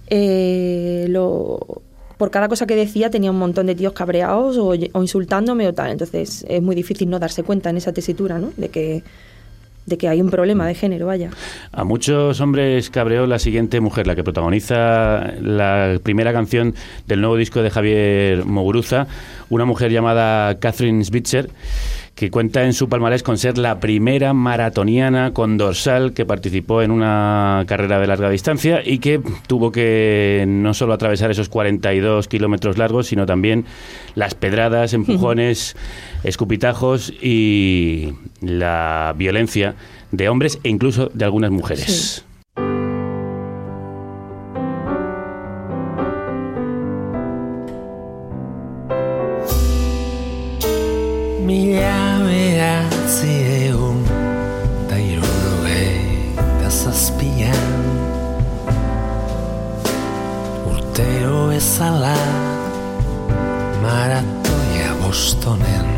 Eh, lo... Por cada cosa que decía tenía un montón de tíos cabreados o, o insultándome o tal. Entonces es muy difícil no darse cuenta en esa tesitura, ¿no? De que, de que hay un problema de género, vaya. A muchos hombres cabreó la siguiente mujer, la que protagoniza la primera canción del nuevo disco de Javier Muguruza, una mujer llamada Catherine Switzer, que cuenta en su palmarés con ser la primera maratoniana con dorsal que participó en una carrera de larga distancia y que tuvo que no solo atravesar esos cuarenta y dos kilómetros largos, sino también las pedradas, empujones, escupitajos y la violencia de hombres e incluso de algunas mujeres. Sí. Mila bederatziehun eta hirurogeita zazpian urtero bezala maratoia Bostonen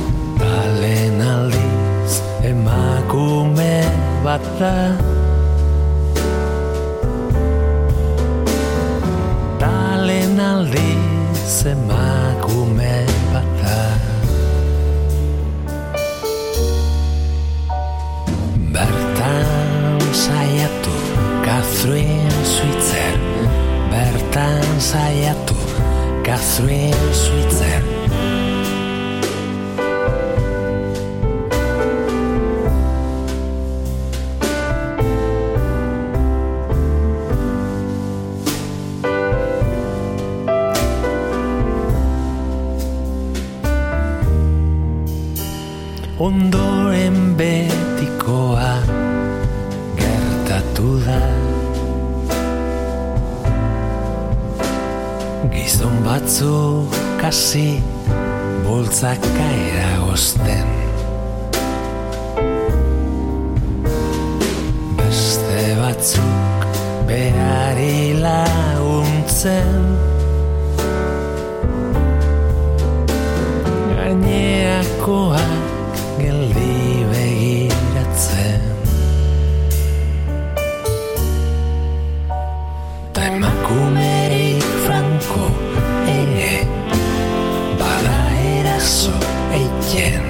Balen aldiz emakume bat da lehen aldiz emakume bat da. Bertan saiatu Catherine Switzer, bertan saiatu Catherine Switzer. Ondoren betikoa gertatu da. Gizon batzuk kasi bultzaka eragozten. Beste batzuk berari laguntzen. Gaineakoak geldi begiratzen. Ta emakumerik franko ere bada eraso eiten.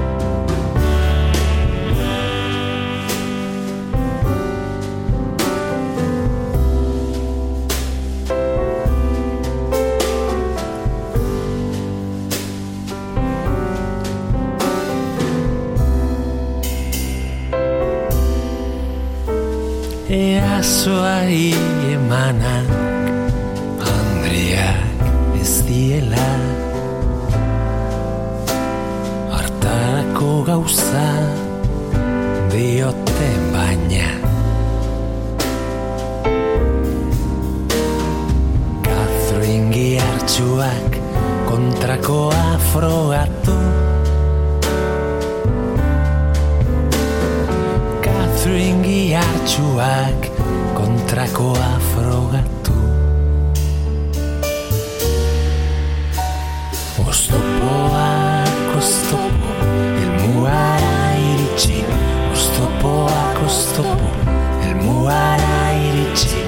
Easoari emanak Andriak ez diela hartarako gauza diote baina Catherine gihartxuak kontrakoa frogatu. Catherine gihartxuak kontrakoa frogatu. Oztopoak oztopo helmugara iritsi. Oztopoak oztopo helmugara iritsi.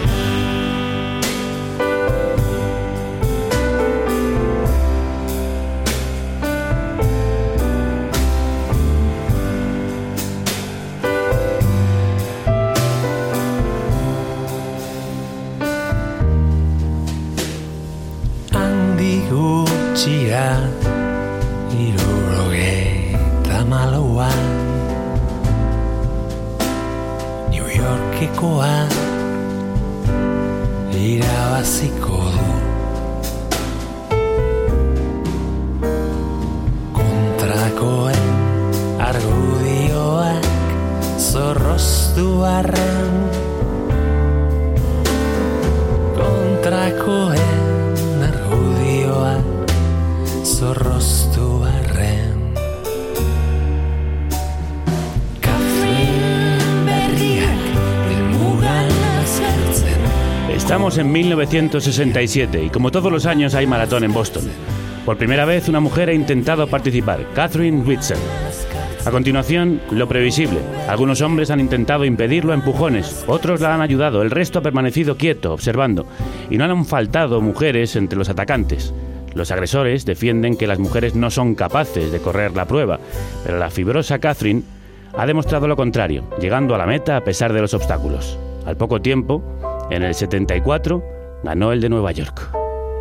Gutxira hirurogeita hamalauan New Yorkekoa irabaziko du. Kontrakoen argudioak zorroztu arren. Kontrakoen zorroztu arren. Catherine berriak helmugan azertzen. Estamos en mil novecientos sesenta y siete y como todos los años hay maratón en Boston. Por primera vez una mujer ha intentado participar, Catherine Switzer. A continuación, lo previsible. Algunos hombres han intentado impedirlo a empujones, otros la han ayudado, el resto ha permanecido quieto, observando. Y no han faltado mujeres entre los atacantes. Los agresores defienden que las mujeres no son capaces de correr la prueba, pero la fibrosa Catherine ha demostrado lo contrario, llegando a la meta a pesar de los obstáculos. Al poco tiempo, en el setenta y cuatro, ganó el de Nueva York.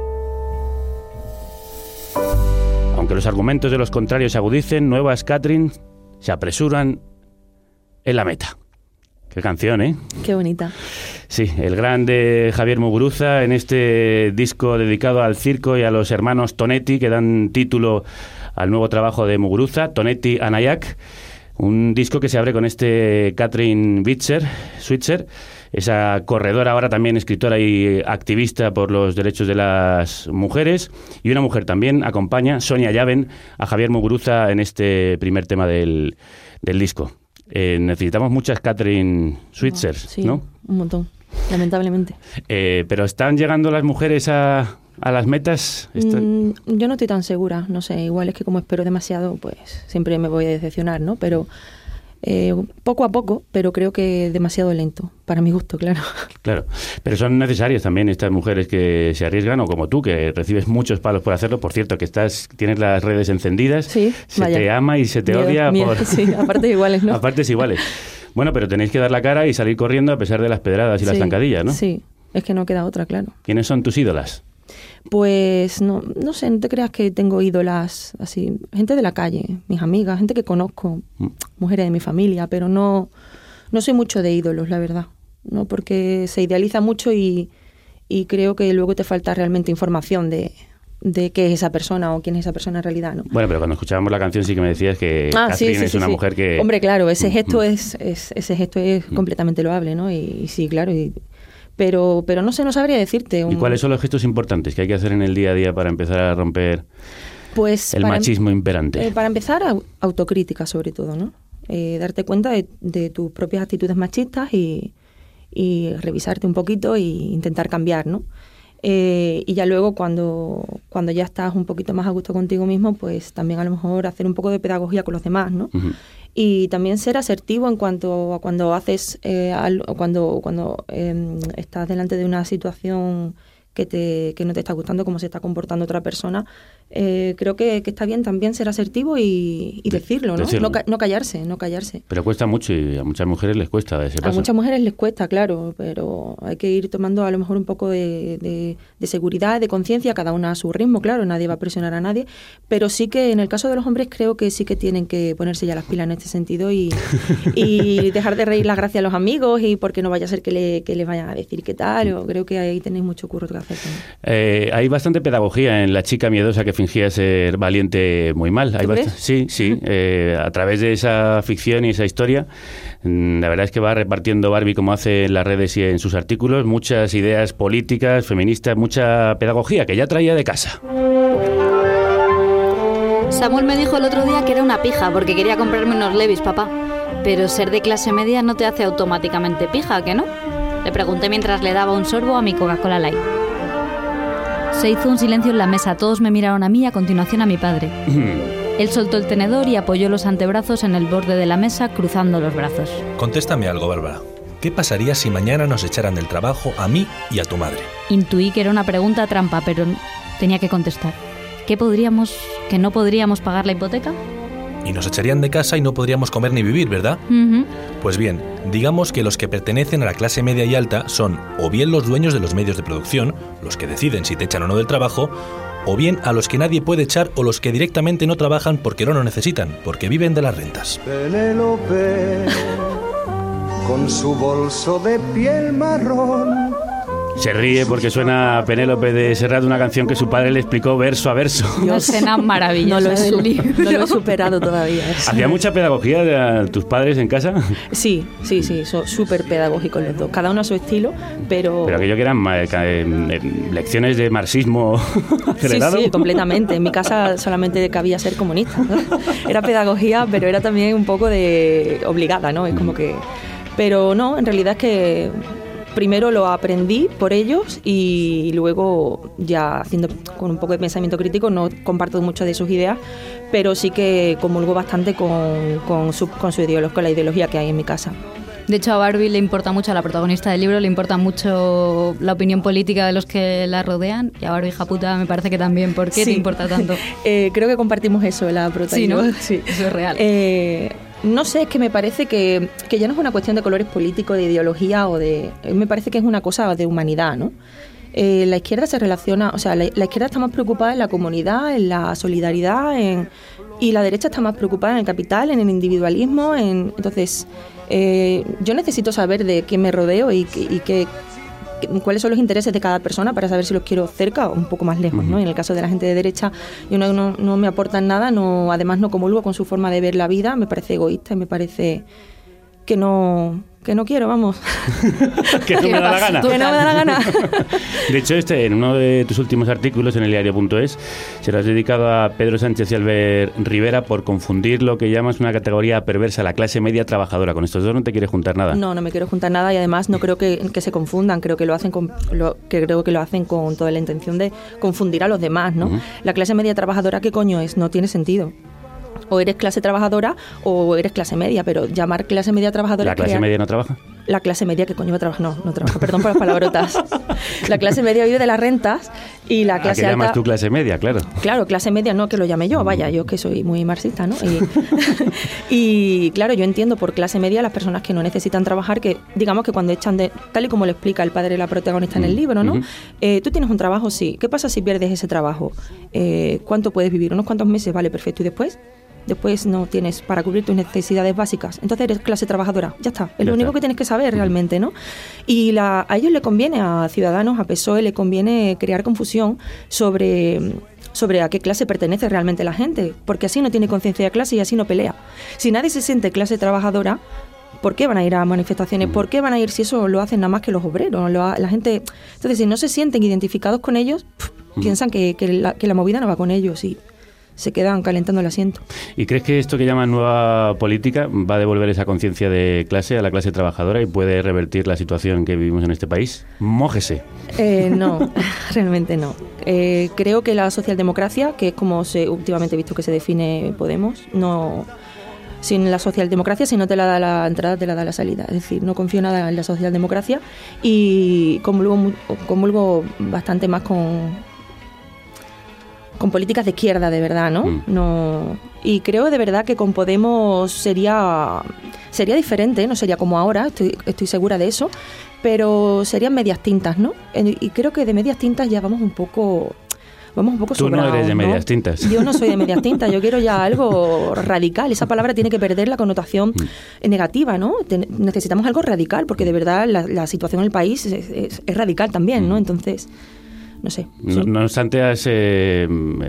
Aunque los argumentos de los contrarios se agudicen, nuevas Catherine se apresuran en la meta. Qué canción, ¿eh? Qué bonita. Sí, el grande Javier Muguruza en este disco dedicado al circo y a los hermanos Tonetti que dan título al nuevo trabajo de Muguruza, Tonetti Anayak. Un disco que se abre con este Catherine Switzer, Switzer, esa corredora, ahora también escritora y activista por los derechos de las mujeres. Y una mujer también acompaña, Sonia Yaven, a Javier Muguruza en este primer tema del, del disco. Eh, necesitamos muchas Catherine Switzers, sí, ¿no? Un montón, lamentablemente. Eh, pero ¿están llegando las mujeres a, a las metas? Mm, yo no estoy tan segura, no sé, igual es que como espero demasiado, pues siempre me voy a decepcionar, ¿no? Pero Eh, poco a poco, pero creo que demasiado lento, para mi gusto, claro. Claro, pero son necesarias también estas mujeres que se arriesgan, o como tú, que recibes muchos palos por hacerlo. Por cierto, que estás tienes las redes encendidas, sí, se vaya. te ama y se te Miedo, odia. miedo, por... sí, a partes iguales, ¿no? A partes iguales. Bueno, pero tenéis que dar la cara y salir corriendo a pesar de las pedradas y sí, las zancadillas, ¿no? Sí, es que no queda otra, claro. ¿Quiénes son tus ídolas? Pues no, no sé, no te creas que tengo ídolas así, gente de la calle, mis amigas, gente que conozco, mm. mujeres de mi familia, pero no, no soy mucho de ídolos, la verdad, no, porque se idealiza mucho y, y creo que luego te falta realmente información de, de qué es esa persona o quién es esa persona en realidad, ¿no? Bueno, pero cuando escuchábamos la canción sí que me decías que ah, Catherine sí, sí, es sí, una sí. mujer que... Hombre, claro, ese gesto mm. es, es ese gesto es mm. completamente loable, ¿no? Y, y sí, claro, y, pero pero no sé, no sabría decirte. Un... ¿Y cuáles son los gestos importantes que hay que hacer en el día a día para empezar a romper pues el para, machismo imperante? Eh, para empezar, autocrítica sobre todo, ¿no? Eh, darte cuenta de, de tus propias actitudes machistas y, y revisarte un poquito e intentar cambiar, ¿no? Eh, y ya luego cuando, cuando ya estás un poquito más a gusto contigo mismo, pues también a lo mejor hacer un poco de pedagogía con los demás, ¿no? Uh-huh. Y también ser asertivo en cuanto a cuando haces, eh, al, cuando, cuando eh, estás delante de una situación que, te, que no te está gustando cómo se está comportando otra persona. Eh, creo que, que está bien también ser asertivo y, y decirlo, ¿no? Decirlo. No, ca- no callarse, no callarse. Pero cuesta mucho y a muchas mujeres les cuesta ese paso. A muchas mujeres les cuesta, claro, pero hay que ir tomando a lo mejor un poco de, de, de seguridad, de conciencia, cada una a su ritmo, claro, nadie va a presionar a nadie, pero sí que en el caso de los hombres creo que sí que tienen que ponerse ya las pilas en este sentido y, y dejar de reír las gracias a los amigos y porque no vaya a ser que le, que les vayan a decir qué tal, o creo que ahí tenéis mucho curro que hacer también. Eh, hay bastante pedagogía en la chica miedosa que fingía ser valiente muy mal. Hay bast- sí, sí. Eh, a través de esa ficción y esa historia, la verdad es que va repartiendo Barbie, como hace en las redes y en sus artículos, muchas ideas políticas, feministas, mucha pedagogía que ya traía de casa. Samuel me dijo el otro día que era una pija porque quería comprarme unos Levi's, papá. Pero ser de clase media no te hace automáticamente pija, ¿que no? Le pregunté mientras le daba un sorbo a mi Coca-Cola Light. Se hizo un silencio en la mesa, todos me miraron a mí y a continuación a mi padre. Él soltó el tenedor y apoyó los antebrazos en el borde de la mesa, cruzando los brazos. Contéstame algo, Bárbara. ¿Qué pasaría si mañana nos echaran del trabajo a mí y a tu madre? Intuí que era una pregunta trampa, pero tenía que contestar. ¿Qué podríamos, que no podríamos pagar la hipoteca? Y nos echarían de casa y no podríamos comer ni vivir, ¿verdad? Uh-huh. Pues bien, digamos que los que pertenecen a la clase media y alta son o bien los dueños de los medios de producción, los que deciden si te echan o no del trabajo, o bien a los que nadie puede echar o los que directamente no trabajan porque no lo necesitan, porque viven de las rentas. Penélope, con su bolso de piel marrón. Se ríe porque suena Penélope de Serrat, una canción que su padre le explicó verso a verso. Una escena maravillosa. No lo, he del su- libro. no lo he superado todavía. ¿Hacía mucha pedagogía de tus padres en casa? Sí, sí, sí, son súper pedagógicos los dos, cada uno a su estilo, pero... Pero aquello que eran ma- ca- eh, lecciones de marxismo acelerado. Sí, sí, completamente. En mi casa solamente cabía ser comunista, ¿no? Era pedagogía, pero era también un poco de obligada, ¿no? Es como que... Pero no, en realidad es que... Primero lo aprendí por ellos y luego ya haciendo con un poco de pensamiento crítico, no comparto muchas de sus ideas, pero sí que comulgo bastante con, con, su, con su ideología, con la ideología que hay en mi casa. De hecho, a Barbie le importa mucho, a la protagonista del libro, le importa mucho la opinión política de los que la rodean, y a Barbie hija puta me parece que también. ¿Por qué Sí. te importa tanto? eh, creo que compartimos eso, la protagonista. Sí, ¿no? Sí. Eso es real. Eh, no sé, es que me parece que, que ya no es una cuestión de colores políticos, de ideología o de... Me parece que es una cosa de humanidad, ¿no? Eh, la izquierda se relaciona... O sea, la, la izquierda está más preocupada en la comunidad, en la solidaridad, en, y la derecha está más preocupada en el capital, en el individualismo, en... Entonces, eh, yo necesito saber de quién me rodeo y, y qué... cuáles son los intereses de cada persona para saber si los quiero cerca o un poco más lejos, ¿no? En el caso de la gente de derecha, yo no, no, no me aportan nada, no, además no comulgo con su forma de ver la vida, me parece egoísta y me parece que no, que no quiero, vamos. Que no me da la gana. Que no me da la gana. De hecho, este, en uno de tus últimos artículos en el diario punto es, se lo has dedicado a Pedro Sánchez y Albert Rivera por confundir lo que llamas una categoría perversa, la clase media trabajadora. Con estos dos no te quieres juntar nada. No, no me quiero juntar nada y además no creo que, que se confundan, creo que lo hacen con lo, que creo que lo hacen con toda la intención de confundir a los demás, ¿no? Uh-huh. La clase media trabajadora, ¿qué coño es? No tiene sentido. O eres clase trabajadora o eres clase media, pero llamar clase media trabajadora... ¿La clase crear... media no trabaja? La clase media, que coño va a trabajar? No, no trabaja, perdón por las palabrotas. La clase media vive de las rentas y la clase ¿A qué alta... llamas tú clase media? Claro. Claro, clase media no que lo llame yo, vaya, yo que soy muy marxista, ¿no? Y, y claro, yo entiendo por clase media las personas que no necesitan trabajar, que digamos que cuando echan de... Tal y como lo explica el padre de la protagonista en el libro, ¿no? Uh-huh. Eh, tú tienes un trabajo, sí. ¿Qué pasa si pierdes ese trabajo? Eh, ¿Cuánto puedes vivir? ¿Unos cuantos meses? Vale, perfecto. ¿Y después? Después no tienes para cubrir tus necesidades básicas. Entonces eres clase trabajadora. Ya está. Es ya lo único está. que tienes que saber realmente, ¿no? Y la, a ellos le conviene, a Ciudadanos, a P S O E, le conviene crear confusión sobre, sobre a qué clase pertenece realmente la gente. Porque así no tiene conciencia de clase y así no pelea. Si nadie se siente clase trabajadora, ¿por qué van a ir a manifestaciones? ¿Por qué van a ir si eso lo hacen nada más que los obreros? Lo, la gente... Entonces, si no se sienten identificados con ellos, pff, mm. piensan que, que, la, que la movida no va con ellos y... se quedan calentando el asiento. ¿Y crees que esto que llaman nueva política va a devolver esa conciencia de clase a la clase trabajadora y puede revertir la situación que vivimos en este país? ¡Mójese! Eh, no, realmente no. Eh, creo que la socialdemocracia, que es como se últimamente he visto que se define Podemos, no... Sin la socialdemocracia, si no te la da la entrada, te la da la salida. Es decir, no confío nada en la socialdemocracia y comulgo, comulgo bastante más con... con políticas de izquierda, de verdad, ¿no? Mm. no Y creo de verdad que con Podemos sería sería diferente, no sería como ahora, estoy, estoy segura de eso, pero serían medias tintas, ¿no? Y creo que de medias tintas ya vamos un poco... Vamos un poco Tú sobrados, no eres de ¿no? medias tintas. Yo no soy de medias tintas, yo quiero ya algo radical. Esa palabra tiene que perder la connotación mm. negativa, ¿no? Ten- necesitamos algo radical, porque de verdad la, la situación en el país es, es, es radical también, ¿no? Entonces... No sé. No, no obstante, has eh,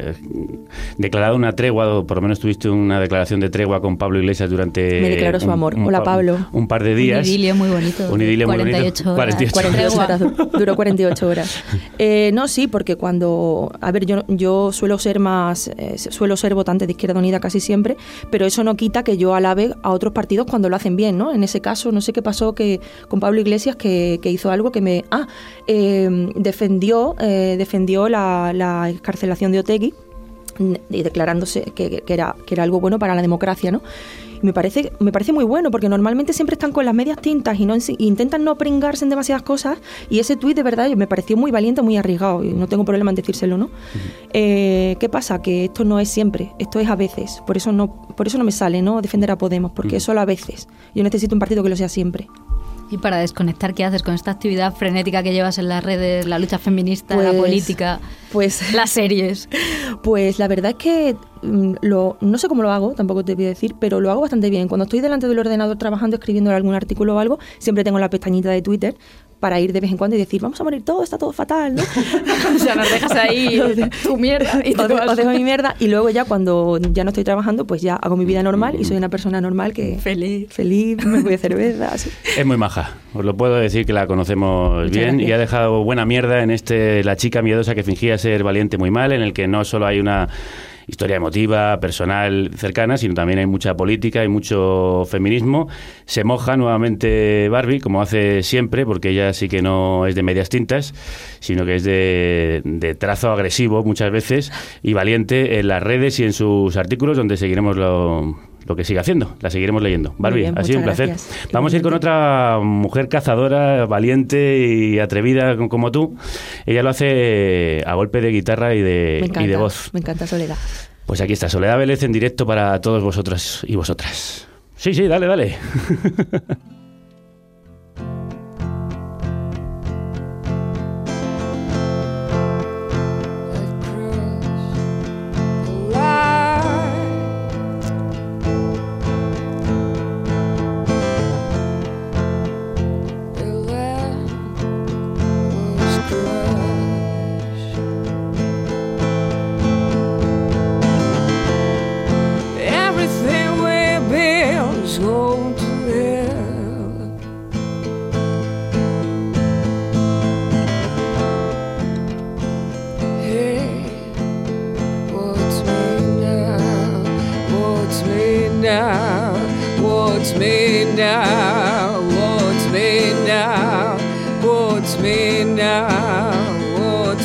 declarado una tregua, o por lo menos tuviste una declaración de tregua con Pablo Iglesias durante... Me declaró su un, amor. Un, Hola, Pablo. Un par de días. Un idilio muy bonito. Un idilio muy cuarenta y ocho bonito. Horas. cuarenta y ocho horas. Duró cuarenta y ocho horas. Eh, no, sí, porque cuando... A ver, yo, yo suelo ser más... Eh, suelo ser votante de Izquierda Unida casi siempre, pero eso no quita que yo alabe a otros partidos cuando lo hacen bien, ¿no? En ese caso, no sé qué pasó que con Pablo Iglesias, que, que hizo algo que me... Ah, eh, defendió, eh, defendió la La, la excarcelación de Otegi y declarándose que, que, era, que era algo bueno para la democracia, ¿no? Y me parece, me parece muy bueno, porque normalmente siempre están con las medias tintas y no y intentan no pringarse en demasiadas cosas, y ese tuit de verdad me pareció muy valiente, muy arriesgado, y no tengo problema en decírselo, ¿no? Uh-huh. Eh, ¿Qué pasa? Que esto no es siempre, esto es a veces, por eso no, por eso no me sale, ¿no? Defender a Podemos, porque uh-huh. es solo a veces. Yo necesito un partido que lo sea siempre. Y para desconectar, ¿qué haces con esta actividad frenética que llevas en las redes, la lucha feminista, pues, la política, pues, las series? Pues la verdad es que lo, no sé cómo lo hago, tampoco te voy a decir, pero lo hago bastante bien. Cuando estoy delante del ordenador trabajando, escribiendo algún artículo o algo, siempre tengo la pestañita de Twitter para ir de vez en cuando y decir, vamos a morir todos, está todo fatal, ¿no? O sea, nos dejas ahí tu mierda. Y os, de, os dejo mi mierda y luego ya cuando ya no estoy trabajando, pues ya hago mi vida normal y soy una persona normal que... Feliz. Feliz, me voy de cerveza. Así. Es muy maja, os lo puedo decir que la conocemos Muchas bien gracias. Y ha dejado buena mierda en este La chica miedosa que fingía ser valiente muy mal, en el que no solo hay una... historia emotiva, personal, cercana, sino también hay mucha política, hay mucho feminismo. Se moja nuevamente Barbie, como hace siempre, porque ella sí que no es de medias tintas, sino que es de, de trazo agresivo muchas veces y valiente en las redes y en sus artículos, donde seguiremos lo... lo que siga haciendo, la seguiremos leyendo. Barbie, bien, ha sido un placer. Gracias. Vamos a ir con otra mujer cazadora, valiente y atrevida como tú. Ella lo hace a golpe de guitarra y de, encanta, y de voz. Me encanta Soledad. Pues aquí está, Soledad Vélez en directo para todos vosotros y vosotras. Sí, sí, dale, dale.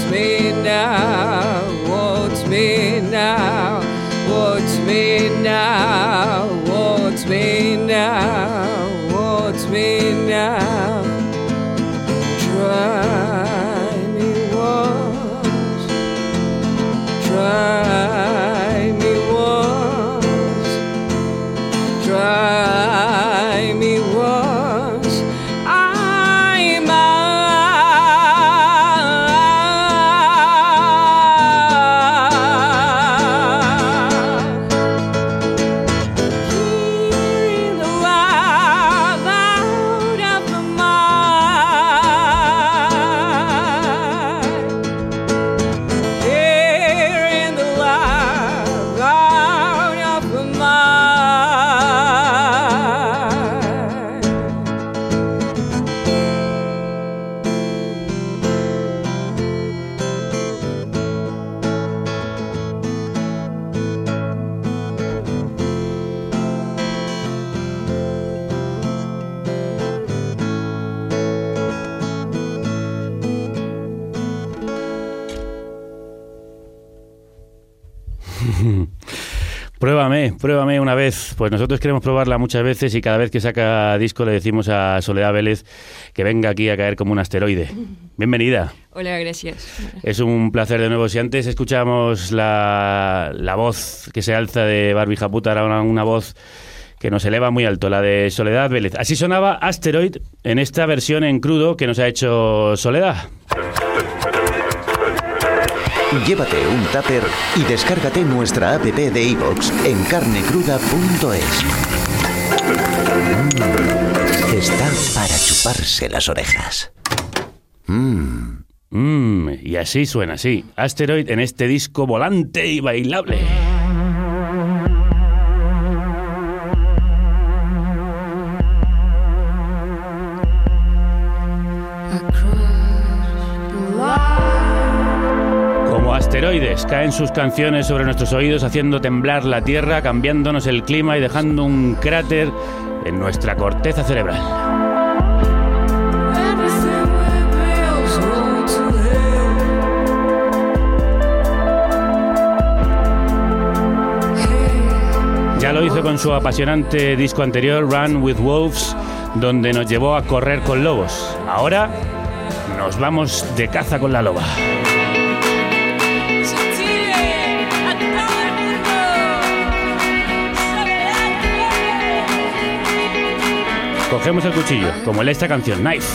Now, watch me now, Pruébame, pruébame una vez. Pues nosotros queremos probarla muchas veces y cada vez que saca disco le decimos a Soledad Vélez que venga aquí a caer como un asteroide. Bienvenida. Hola, gracias. Es un placer de nuevo. Si antes escuchábamos la, la voz que se alza de Barbie Japuta, ahora una, una voz que nos eleva muy alto, la de Soledad Vélez. Así sonaba Asteroid en esta versión en crudo que nos ha hecho Soledad. Llévate un tupper y descárgate nuestra app de iVoox en carne cruda punto es. Mm, está para chuparse las orejas. Mmm. Mm, y así suena, así. Asteroid en este disco volante y bailable. Asteroides caen sus canciones sobre nuestros oídos haciendo temblar la Tierra, cambiándonos el clima y dejando un cráter en nuestra corteza cerebral. Ya lo hizo con su apasionante disco anterior, Run with Wolves, donde nos llevó a correr con lobos. Ahora nos vamos de caza con la loba. Cogemos el cuchillo, como en esta canción, Knife.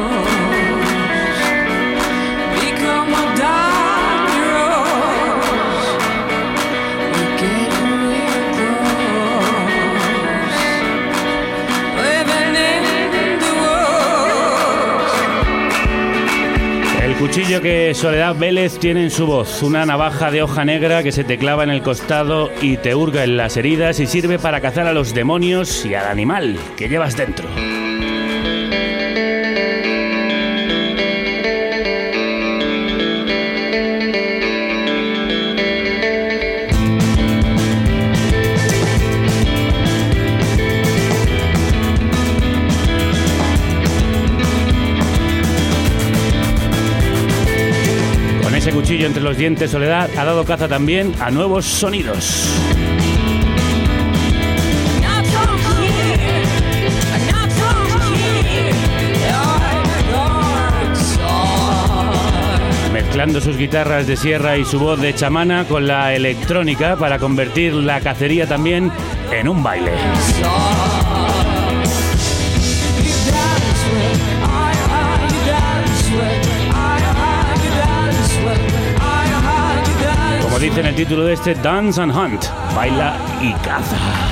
El cuchillo que Soledad Vélez tiene en su voz, una navaja de hoja negra que se te clava en el costado y te hurga en las heridas y sirve para cazar a los demonios y al animal que llevas dentro. Ese cuchillo entre los dientes, Soledad ha dado caza también a nuevos sonidos. Mezclando sus guitarras de sierra y su voz de chamana con la electrónica para convertir la cacería también en un baile. Como dice en el título de este, Dance and Hunt, baila y caza.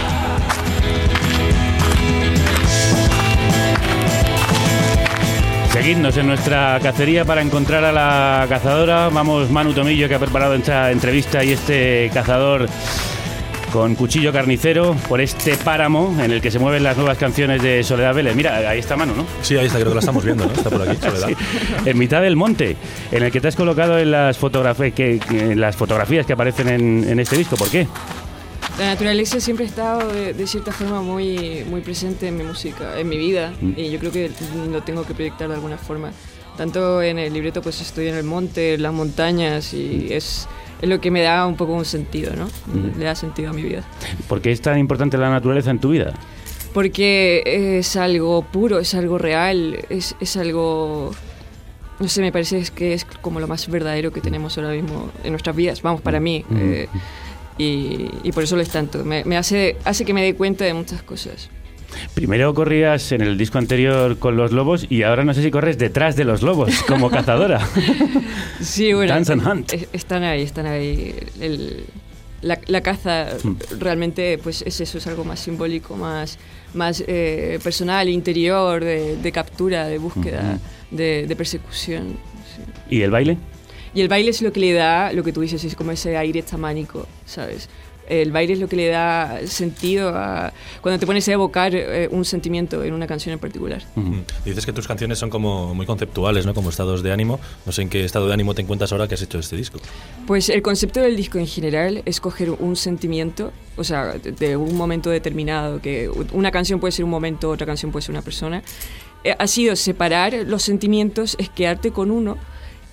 Seguidnos en nuestra cacería para encontrar a la cazadora. Vamos, Manu Tomillo, que ha preparado esta entrevista, y este cazador con cuchillo carnicero por este páramo en el que se mueven las nuevas canciones de Soledad Vélez. Mira, ahí está Manu, ¿no? Sí, ahí está, creo que la estamos viendo, ¿no? Está por aquí, Soledad. Sí, en mitad del monte, en el que te has colocado en las, fotografías que, en las fotografías que aparecen en, en este disco. ¿Por qué? La naturaleza siempre ha estado de, de cierta forma muy, muy presente en mi música, en mi vida, mm. y yo creo que lo tengo que proyectar de alguna forma. Tanto en el libreto, pues estoy en el monte, en las montañas, y es... es lo que me da un poco un sentido, ¿no? Mm. Le da sentido a mi vida. ¿Por qué es tan importante la naturaleza en tu vida? Porque es algo puro, es algo real, es, es algo... No sé, me parece que es como lo más verdadero que tenemos ahora mismo en nuestras vidas, vamos, para mí. Mm. Eh, y, y por eso lo es tanto. Me, me hace, hace que me dé cuenta de muchas cosas. Primero corrías en el disco anterior con los lobos y ahora no sé si corres detrás de los lobos como cazadora. Sí, bueno, Dance and Hunt. Están ahí, están ahí. El, la, la caza mm. realmente pues es eso, es algo más simbólico, más, más eh, personal, interior, de, de captura, de búsqueda, mm-hmm. de, de persecución. Sí. ¿Y el baile? Y el baile es lo que le da, lo que tú dices, es como ese aire chamánico, ¿sabes? El baile es lo que le da sentido a cuando te pones a evocar eh, un sentimiento en una canción en particular. Uh-huh. Dices que tus canciones son como muy conceptuales, ¿no? Como estados de ánimo. No sé en qué estado de ánimo te encuentras ahora que has hecho este disco. Pues el concepto del disco en general es coger un sentimiento, o sea, de, de un momento determinado, que una canción puede ser un momento, otra canción puede ser una persona. Eh, ha sido separar los sentimientos, es quedarte con uno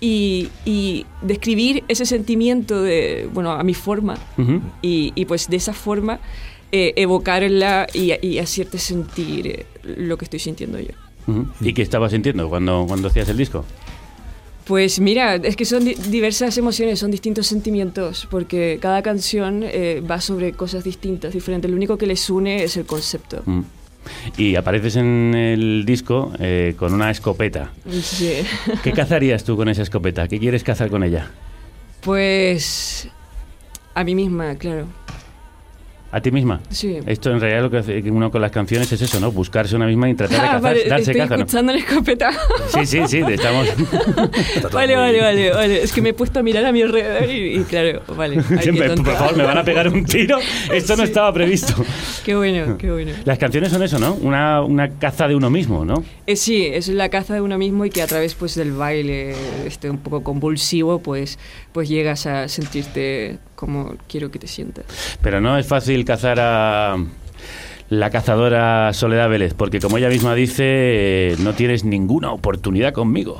y, y describir ese sentimiento de, bueno, a mi forma, uh-huh. y, y pues de esa forma eh, evocarla y, y hacerte sentir eh, lo que estoy sintiendo yo. Uh-huh. ¿Y qué estabas sintiendo cuando, cuando hacías el disco? Pues mira, es que son di- diversas emociones, son distintos sentimientos, porque cada canción eh, va sobre cosas distintas, diferentes. Lo único que les une es el concepto. Uh-huh. Y apareces en el disco eh, con una escopeta. Sí. ¿Qué cazarías tú con esa escopeta? ¿Qué quieres cazar con ella? Pues a mí misma, claro. ¿A ti misma? Sí. Esto en realidad lo que hace uno con las canciones es eso, ¿no? Buscarse una misma y tratar de Ah, cazar, vale, darse estoy caza, ¿no? escuchando la escopeta. Sí, sí, sí, estamos... Vale, vale, vale, vale. Es que me he puesto a mirar a mi alrededor y, y claro, vale. Ay, Siempre, qué por tonta. favor, me van a pegar un tiro. Esto no Sí. estaba previsto. Qué bueno, qué bueno. Las canciones son eso, ¿no? Una, una caza de uno mismo, ¿no? Eh, sí, es la caza de uno mismo y que a través pues del baile este un poco convulsivo pues, pues llegas a sentirte como quiero que te sientas. Pero no es fácil cazar a la cazadora Soledad Vélez, porque como ella misma dice, eh, no tienes ninguna oportunidad conmigo.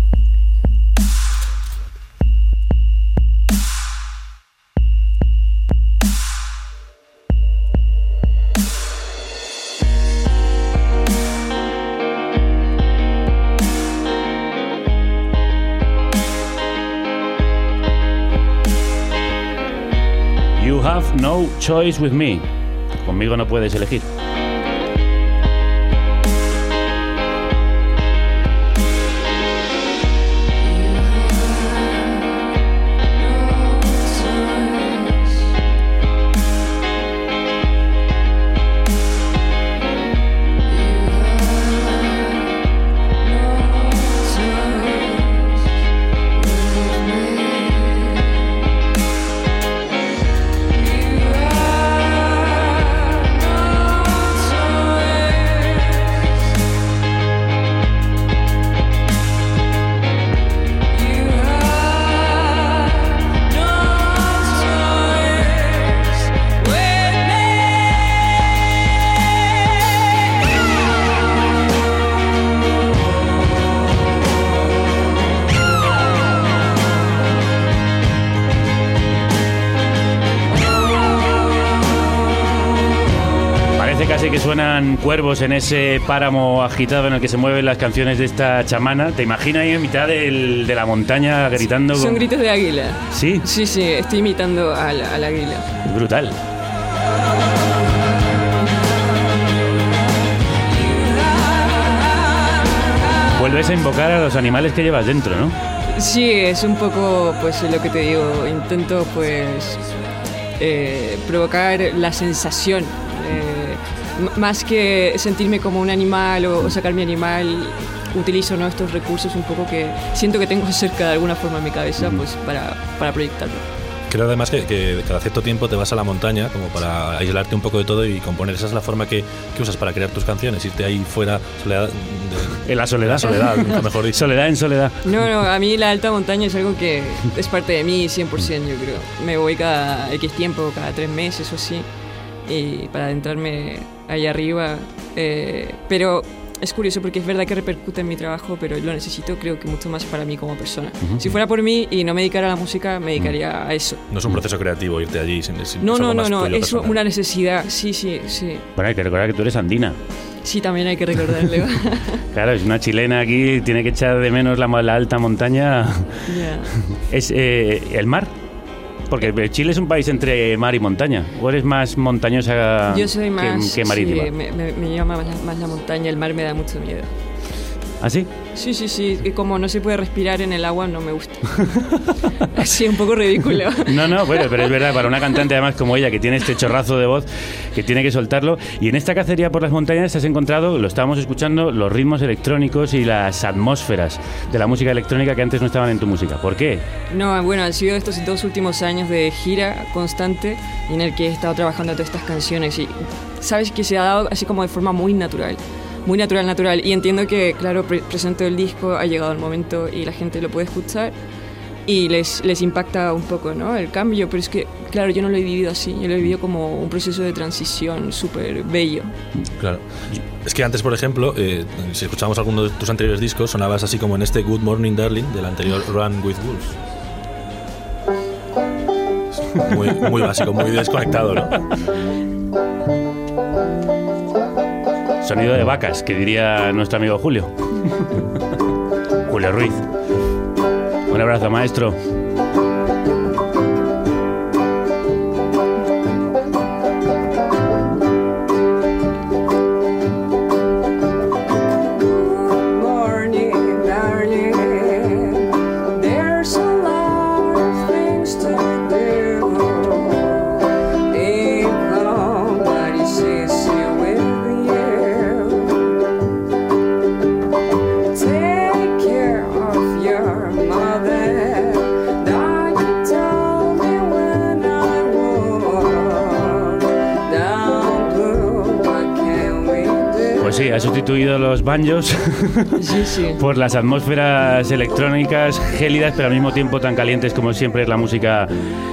You have no choice with me. Conmigo no puedes elegir. Casi que suenan cuervos en ese páramo agitado en el que se mueven las canciones de esta chamana. ¿Te imaginas ahí en mitad del, de la montaña gritando? Son con... gritos de águila. ¿Sí? Sí, sí, estoy imitando al, al águila. Es brutal. Vuelves a invocar a los animales que llevas dentro, ¿no? Sí, es un poco, pues lo que te digo, intento pues eh, provocar la sensación. Eh, m- más que sentirme como un animal o, o sacar mi animal, utilizo, ¿no?, estos recursos un poco que siento que tengo cerca de alguna forma en mi cabeza, pues para, para proyectarlo. Creo además que, que cada cierto tiempo te vas a la montaña como para aislarte un poco de todo y componer. Esa es la forma que, que usas para crear tus canciones, irte ahí fuera, soledad, de, en la soledad, soledad, nunca mejor dicho. Soledad en soledad. No, no, a mí la alta montaña es algo que es parte de mí cien por ciento, yo creo. Me voy cada X tiempo, cada tres meses o así, y para adentrarme ahí arriba. Eh, pero es curioso porque es verdad que repercute en mi trabajo, pero lo necesito creo que mucho más para mí como persona. Uh-huh. Si fuera por mí y no me dedicara a la música, me dedicaría uh-huh. a eso. No es un proceso creativo irte allí. Sin, sin, no, es no, no, no, es personal. una necesidad, sí, sí, sí. Bueno, hay que recordar que tú eres andina. Sí, también hay que recordarle. Claro, es una chilena aquí, tiene que echar de menos la, la alta montaña. Yeah. ¿Es eh, el mar? Porque Chile es un país entre mar y montaña. ¿O eres más montañosa Yo soy más, que, que marítima? Sí, me, me, me llama más la, más la montaña, el mar me da mucho miedo. ¿Ah, sí? Sí, sí, sí. Y como no se puede respirar en el agua, no me gusta. Así, un poco ridículo. No, no, bueno, pero es verdad, para una cantante además como ella, que tiene este chorrazo de voz, que tiene que soltarlo. Y en esta cacería por las montañas has encontrado, lo estábamos escuchando, los ritmos electrónicos y las atmósferas de la música electrónica que antes no estaban en tu música. ¿Por qué? No, bueno, han sido estos dos últimos años de gira constante en el que he estado trabajando todas estas canciones y sabes que se ha dado así como de forma muy natural. Muy natural, natural. Y entiendo que, claro, pre- presento el disco, ha llegado el momento y la gente lo puede escuchar. y les, les impacta un poco, ¿no? El cambio, pero es que, claro, yo no lo he vivido así, yo lo he vivido como un proceso de transición súper bello. Claro. Es que antes, por ejemplo, eh, si escuchamos alguno de tus anteriores discos, sonabas así como en este Good Morning Darling del anterior Run with Wolves. Muy, muy básico, muy desconectado, ¿no? Sonido de vacas, que diría nuestro amigo Julio. Julio Ruiz. Un abrazo, maestro. Sí, ha sustituido los banjos sí, sí. por las atmósferas electrónicas gélidas, pero al mismo tiempo tan calientes como siempre es la música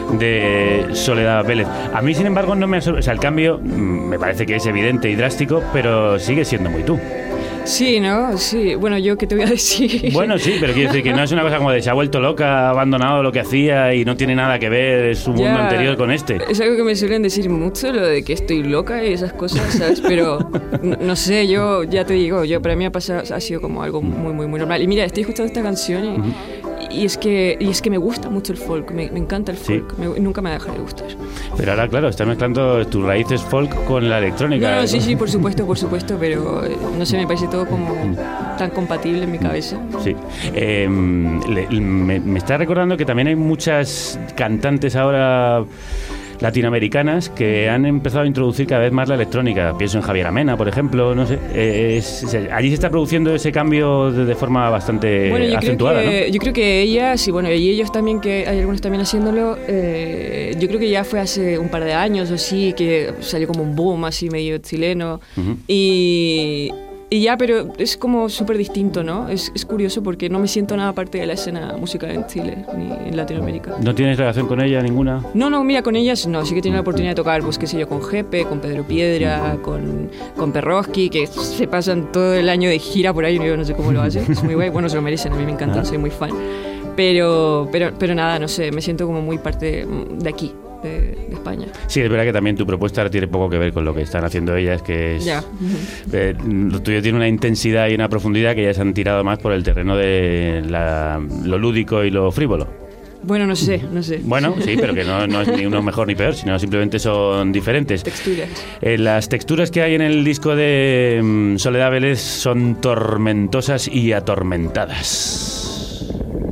de Soledad Vélez. A mí, sin embargo, no me absorbe. O sea, el cambio me parece que es evidente y drástico, pero sigue siendo muy tú. Sí, ¿no? Sí. Bueno, ¿yo qué te voy a decir? Bueno, sí, pero quiero decir que no es una cosa como de se ha vuelto loca, ha abandonado lo que hacía y no tiene nada que ver su mundo ya, anterior con este. Es algo que me suelen decir mucho, lo de que estoy loca y esas cosas, ¿sabes? Pero, no, no sé, yo ya te digo, yo para mí ha, pasado, ha sido como algo muy, muy, muy normal. Y mira, estoy escuchando esta canción y... Uh-huh. Y es, que, y es que me gusta mucho el folk, me, me encanta el folk, sí. me, nunca me va a dejar de gustar. Pero ahora, claro, estás mezclando tus raíces folk con la electrónica. No, no, sí, sí, por supuesto, por supuesto, pero no sé, me parece todo como tan compatible en mi cabeza. Sí. Eh, le, me, me está recordando que también hay muchas cantantes ahora latinoamericanas que han empezado a introducir cada vez más la electrónica. Pienso en Javiera Mena, por ejemplo, no sé. Es, es, allí se está produciendo ese cambio de, de forma bastante bueno, yo acentuada, creo que, ¿no? Yo creo que ellas, y bueno, y ellos también, que hay algunos también haciéndolo, eh, yo creo que ya fue hace un par de años o así, que salió como un boom así medio chileno. Uh-huh. Y... Y ya, pero es como súper distinto, ¿no? Es, es curioso porque no me siento nada parte de la escena musical en Chile ni en Latinoamérica. ¿No tienes relación con ella ninguna? No, no, mira, con ellas no. Sí que tiene la oportunidad de tocar, pues qué sé yo, con Jepe, con Pedro Piedra, con, con Perroski, que se pasan todo el año de gira por ahí, yo no sé cómo lo hacen. Es muy guay, bueno, se lo merecen, a mí me encantan, ah. soy muy fan. Pero, pero, pero nada, no sé, me siento como muy parte de aquí. De, de España. Sí, es verdad que también tu propuesta tiene poco que ver con lo que están haciendo ellas, que es... Ya. Eh, lo tuyo tiene una intensidad y una profundidad que ellas han tirado más por el terreno de la, lo lúdico y lo frívolo. Bueno, no sé, no sé. Bueno, sí, pero que no, no es ni uno mejor ni peor, sino simplemente son diferentes. Texturas. Eh, las texturas que hay en el disco de um, Soledad Vélez son tormentosas y atormentadas.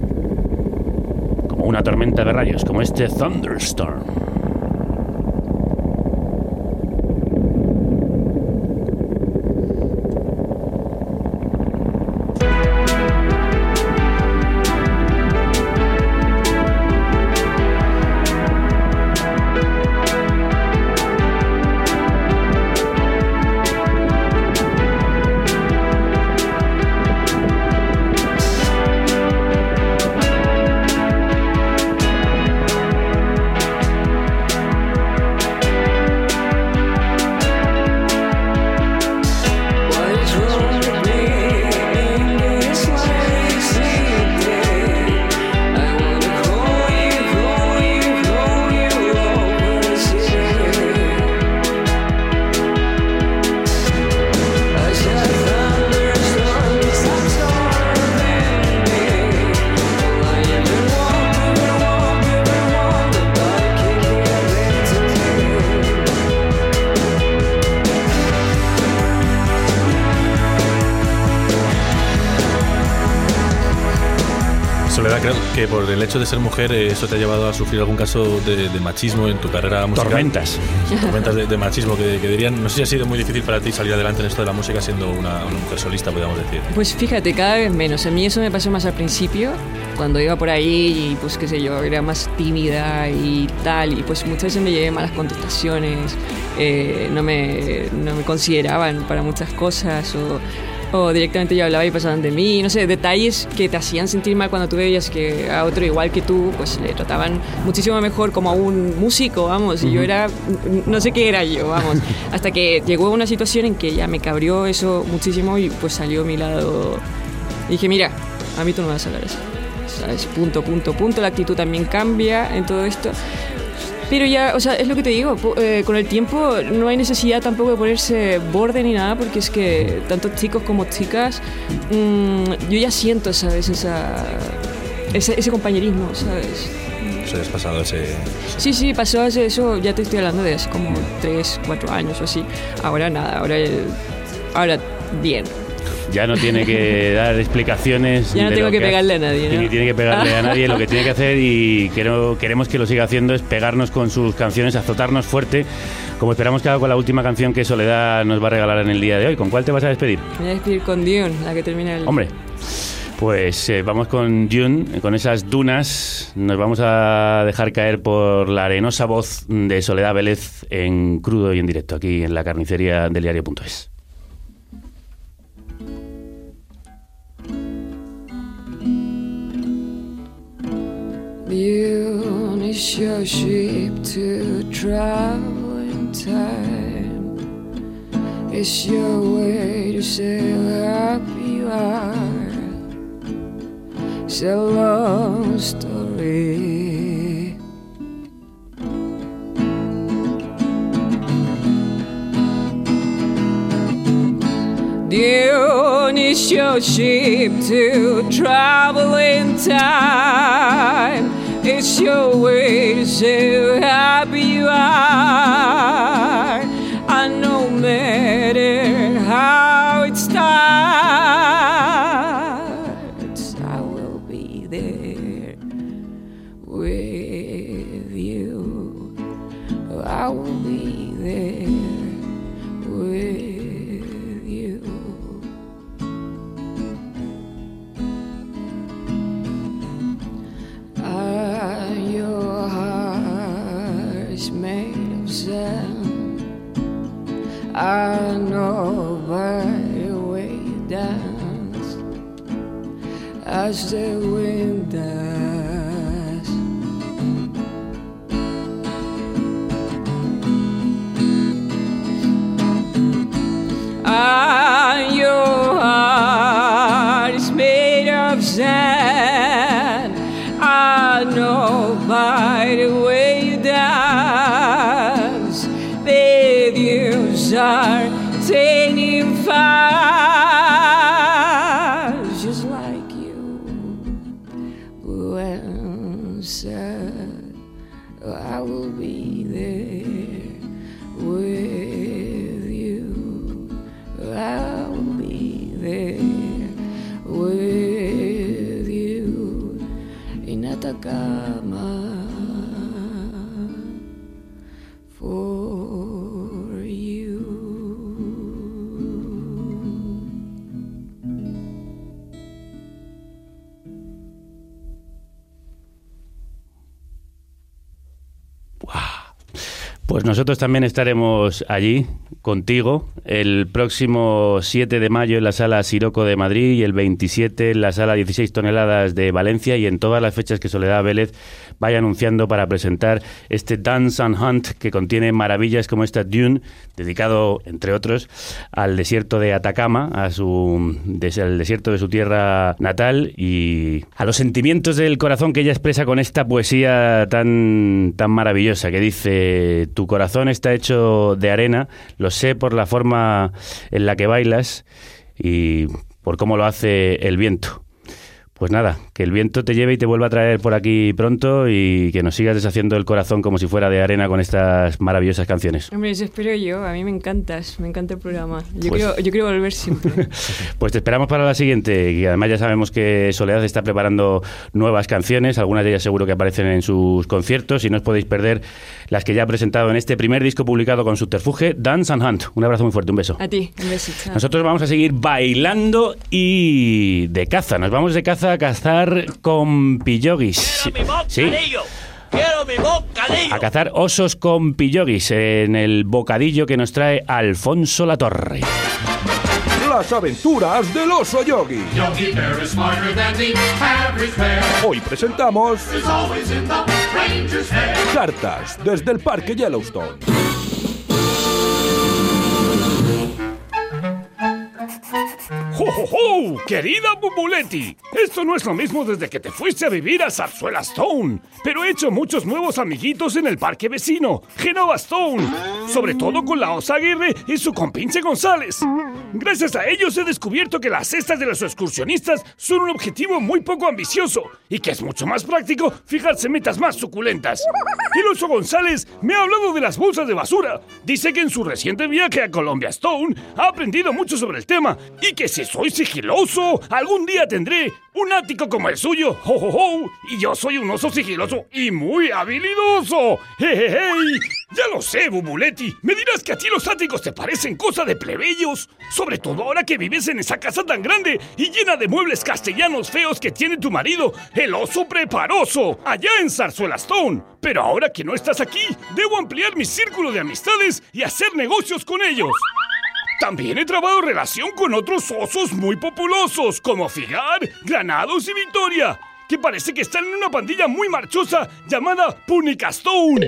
Como una tormenta de rayos, como este Thunderstorm. Que por el hecho de ser mujer, eso te ha llevado a sufrir algún caso de, de machismo en tu carrera musical. Tormentas. Tormentas de, de machismo que, que dirían. No sé si ha sido muy difícil para ti salir adelante en esto de la música siendo una, una mujer solista, podríamos decir. Pues fíjate, cada vez menos. A mí eso me pasó más al principio, cuando iba por ahí y pues qué sé yo, era más tímida y tal. Y pues muchas veces me llevé malas contestaciones, eh, no, me, no me consideraban para muchas cosas o... o directamente yo hablaba y pasaban de mí, no sé, detalles que te hacían sentir mal cuando tú veías que a otro igual que tú, pues le trataban muchísimo mejor como a un músico, vamos, y uh-huh. yo era, no sé qué era yo, vamos, hasta que llegó una situación en que ya me cabrió eso muchísimo y pues salió a mi lado, y dije, mira, a mí tú no me vas a hablar así, ¿sabes? Punto, punto, punto, la actitud también cambia en todo esto. Pero ya, o sea, es lo que te digo, eh, con el tiempo no hay necesidad tampoco de ponerse borde ni nada, porque es que tanto chicos como chicas, mmm, yo ya siento, ¿sabes? Esa, ese, ese compañerismo, ¿sabes? ¿Se has pasado ese...? Sí, sí, pasó hace eso, ya te estoy hablando de hace como tres, cuatro años o así. Ahora nada, ahora, el, ahora bien. Ya no tiene que dar explicaciones. Ya no de tengo lo que, que pegarle hace, a nadie, ¿no? Tiene, tiene que pegarle a nadie. Lo que tiene que hacer, y quiero, queremos que lo siga haciendo, es pegarnos con sus canciones, azotarnos fuerte, como esperamos que haga con la última canción que Soledad nos va a regalar en el día de hoy. ¿Con cuál te vas a despedir? Me voy a despedir con Dune, la que termina el... Hombre, pues eh, vamos con Dune, con esas dunas. Nos vamos a dejar caer por la arenosa voz de Soledad Vélez en crudo y en directo, aquí en la carnicería del diario punto es. Dune is your ship to travel in time. It's your way to say how happy you are. It's a long story. Dune is your ship to travel in time. It's your way to say how happy you are. And no matter how it starts, I will be there with you. I will be there with you. Ah, your heart is made of sand. I know by the way you dance, as the wind does. Ah, your heart is made of sand. I know by the way you dance that you are taking fast, just like you once said. I will be there with you. I will be there with you in Atacama for you. Pues nosotros también estaremos allí contigo el próximo siete de mayo en la Sala Siroco de Madrid y el veintisiete en la Sala dieciséis toneladas de Valencia, y en todas las fechas que Soledad Vélez vaya anunciando para presentar este Dance and Hunt, que contiene maravillas como esta Dune, dedicado, entre otros, al desierto de Atacama, a su, des, al desierto de su tierra natal, y a los sentimientos del corazón que ella expresa con esta poesía tan, tan maravillosa que dice: tu corazón está hecho de arena, lo sé por la forma en la que bailas y por cómo lo hace el viento. Pues nada, que el viento te lleve y te vuelva a traer por aquí pronto, y que nos sigas deshaciendo el corazón como si fuera de arena con estas maravillosas canciones. Hombre, eso espero yo. A mí me encantas, me encanta el programa. Yo, Pues- quiero, yo quiero volver siempre. Pues te esperamos para la siguiente, y además ya sabemos que Soledad está preparando nuevas canciones, algunas de ellas seguro que aparecen en sus conciertos, y no os podéis perder las que ya ha presentado en este primer disco publicado con Subterfuge, Dance and Hunt. Un abrazo muy fuerte, un beso. A ti, un beso. Chao. Nosotros vamos a seguir bailando y de caza. Nos vamos de caza a cazar con pillogis. Sí. ¡Quiero mi bocadillo! A cazar osos con pillogis en el bocadillo que nos trae Alfonso Latorre. Las aventuras del oso Yogi. Yogi Bear is smarter than the average bear. Hoy presentamos Is always in the ranger's hair. Cartas desde el Parque Yellowstone. ¡Jo, jo, jo! ¡Querida Bubuletti! Esto no es lo mismo desde que te fuiste a vivir a Zarzuela Stone, pero he hecho muchos nuevos amiguitos en el parque vecino, Genova Stone, sobre todo con la Osa Aguirre y su compinche González. Gracias a ellos he descubierto que las cestas de los excursionistas son un objetivo muy poco ambicioso y que es mucho más práctico fijarse metas más suculentas. El oso González me ha hablado de las bolsas de basura. Dice que en su reciente viaje a Columbia Stone ha aprendido mucho sobre el tema y que si soy sigiloso, algún día tendré un ático como el suyo. ¡Ho, ho, ho! Y yo soy un oso sigiloso y muy habilidoso. ¡Jejeje! Ya lo sé, Bubuletti. Me dirás que a ti los áticos te parecen cosa de plebeyos. Sobre todo ahora que vives en esa casa tan grande y llena de muebles castellanos feos que tiene tu marido, el oso preparoso, allá en Zarzuela Stone. Pero ahora que no estás aquí, debo ampliar mi círculo de amistades y hacer negocios con ellos. También he trabado relación con otros osos muy populosos, como Figar, Granados y Victoria, que parece que están en una pandilla muy marchosa llamada Punica Stone.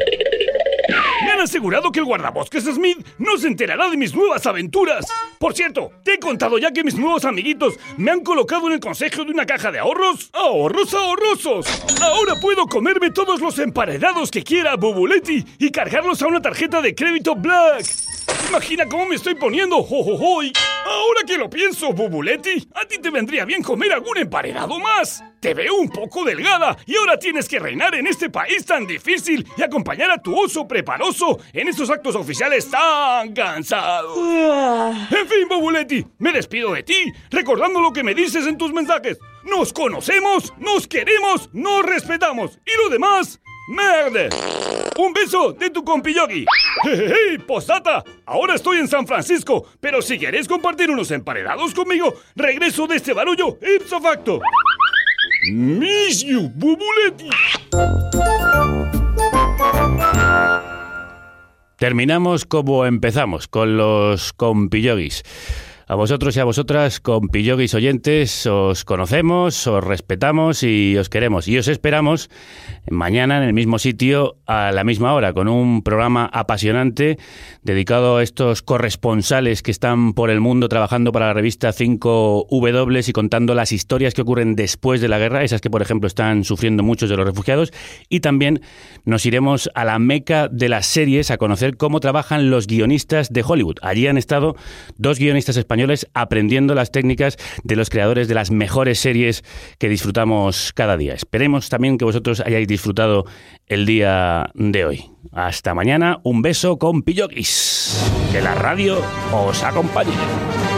Me han asegurado que el guardabosques Smith no se enterará de mis nuevas aventuras. Por cierto, ¿te he contado ya que mis nuevos amiguitos me han colocado en el consejo de una caja de ahorros? ¡Ahorros ahorrosos! Ahora puedo comerme todos los emparedados que quiera, Bubuletti, y cargarlos a una tarjeta de crédito Black. Imagina cómo me estoy poniendo, jojojoy. Ahora que lo pienso, Bubuletti, a ti te vendría bien comer algún emparedado más. Te veo un poco delgada y ahora tienes que reinar en este país tan difícil y acompañar a tu oso preparoso en estos actos oficiales tan cansados. En fin, Bubuletti, me despido de ti, recordando lo que me dices en tus mensajes. Nos conocemos, nos queremos, nos respetamos y lo demás... ¡Merde! Un beso de tu compi Yogi. ¡Hey, postdata! Ahora estoy en San Francisco, pero si queréis compartir unos emparedados conmigo, regreso de este barullo ipso facto. Miss you, Bubuletti. Terminamos como empezamos, con los compiyogis. A vosotros y a vosotras, compiyogis oyentes, os conocemos, os respetamos y os queremos. Y os esperamos mañana en el mismo sitio a la misma hora, con un programa apasionante dedicado a estos corresponsales que están por el mundo trabajando para la revista cinco W y contando las historias que ocurren después de la guerra, esas que, por ejemplo, están sufriendo muchos de los refugiados. Y también nos iremos a la meca de las series a conocer cómo trabajan los guionistas de Hollywood. Allí han estado dos guionistas españoles aprendiendo las técnicas de los creadores de las mejores series que disfrutamos cada día. Esperemos también que vosotros hayáis disfrutado el día de hoy. Hasta mañana, un beso, compiyogis. Que la radio os acompañe.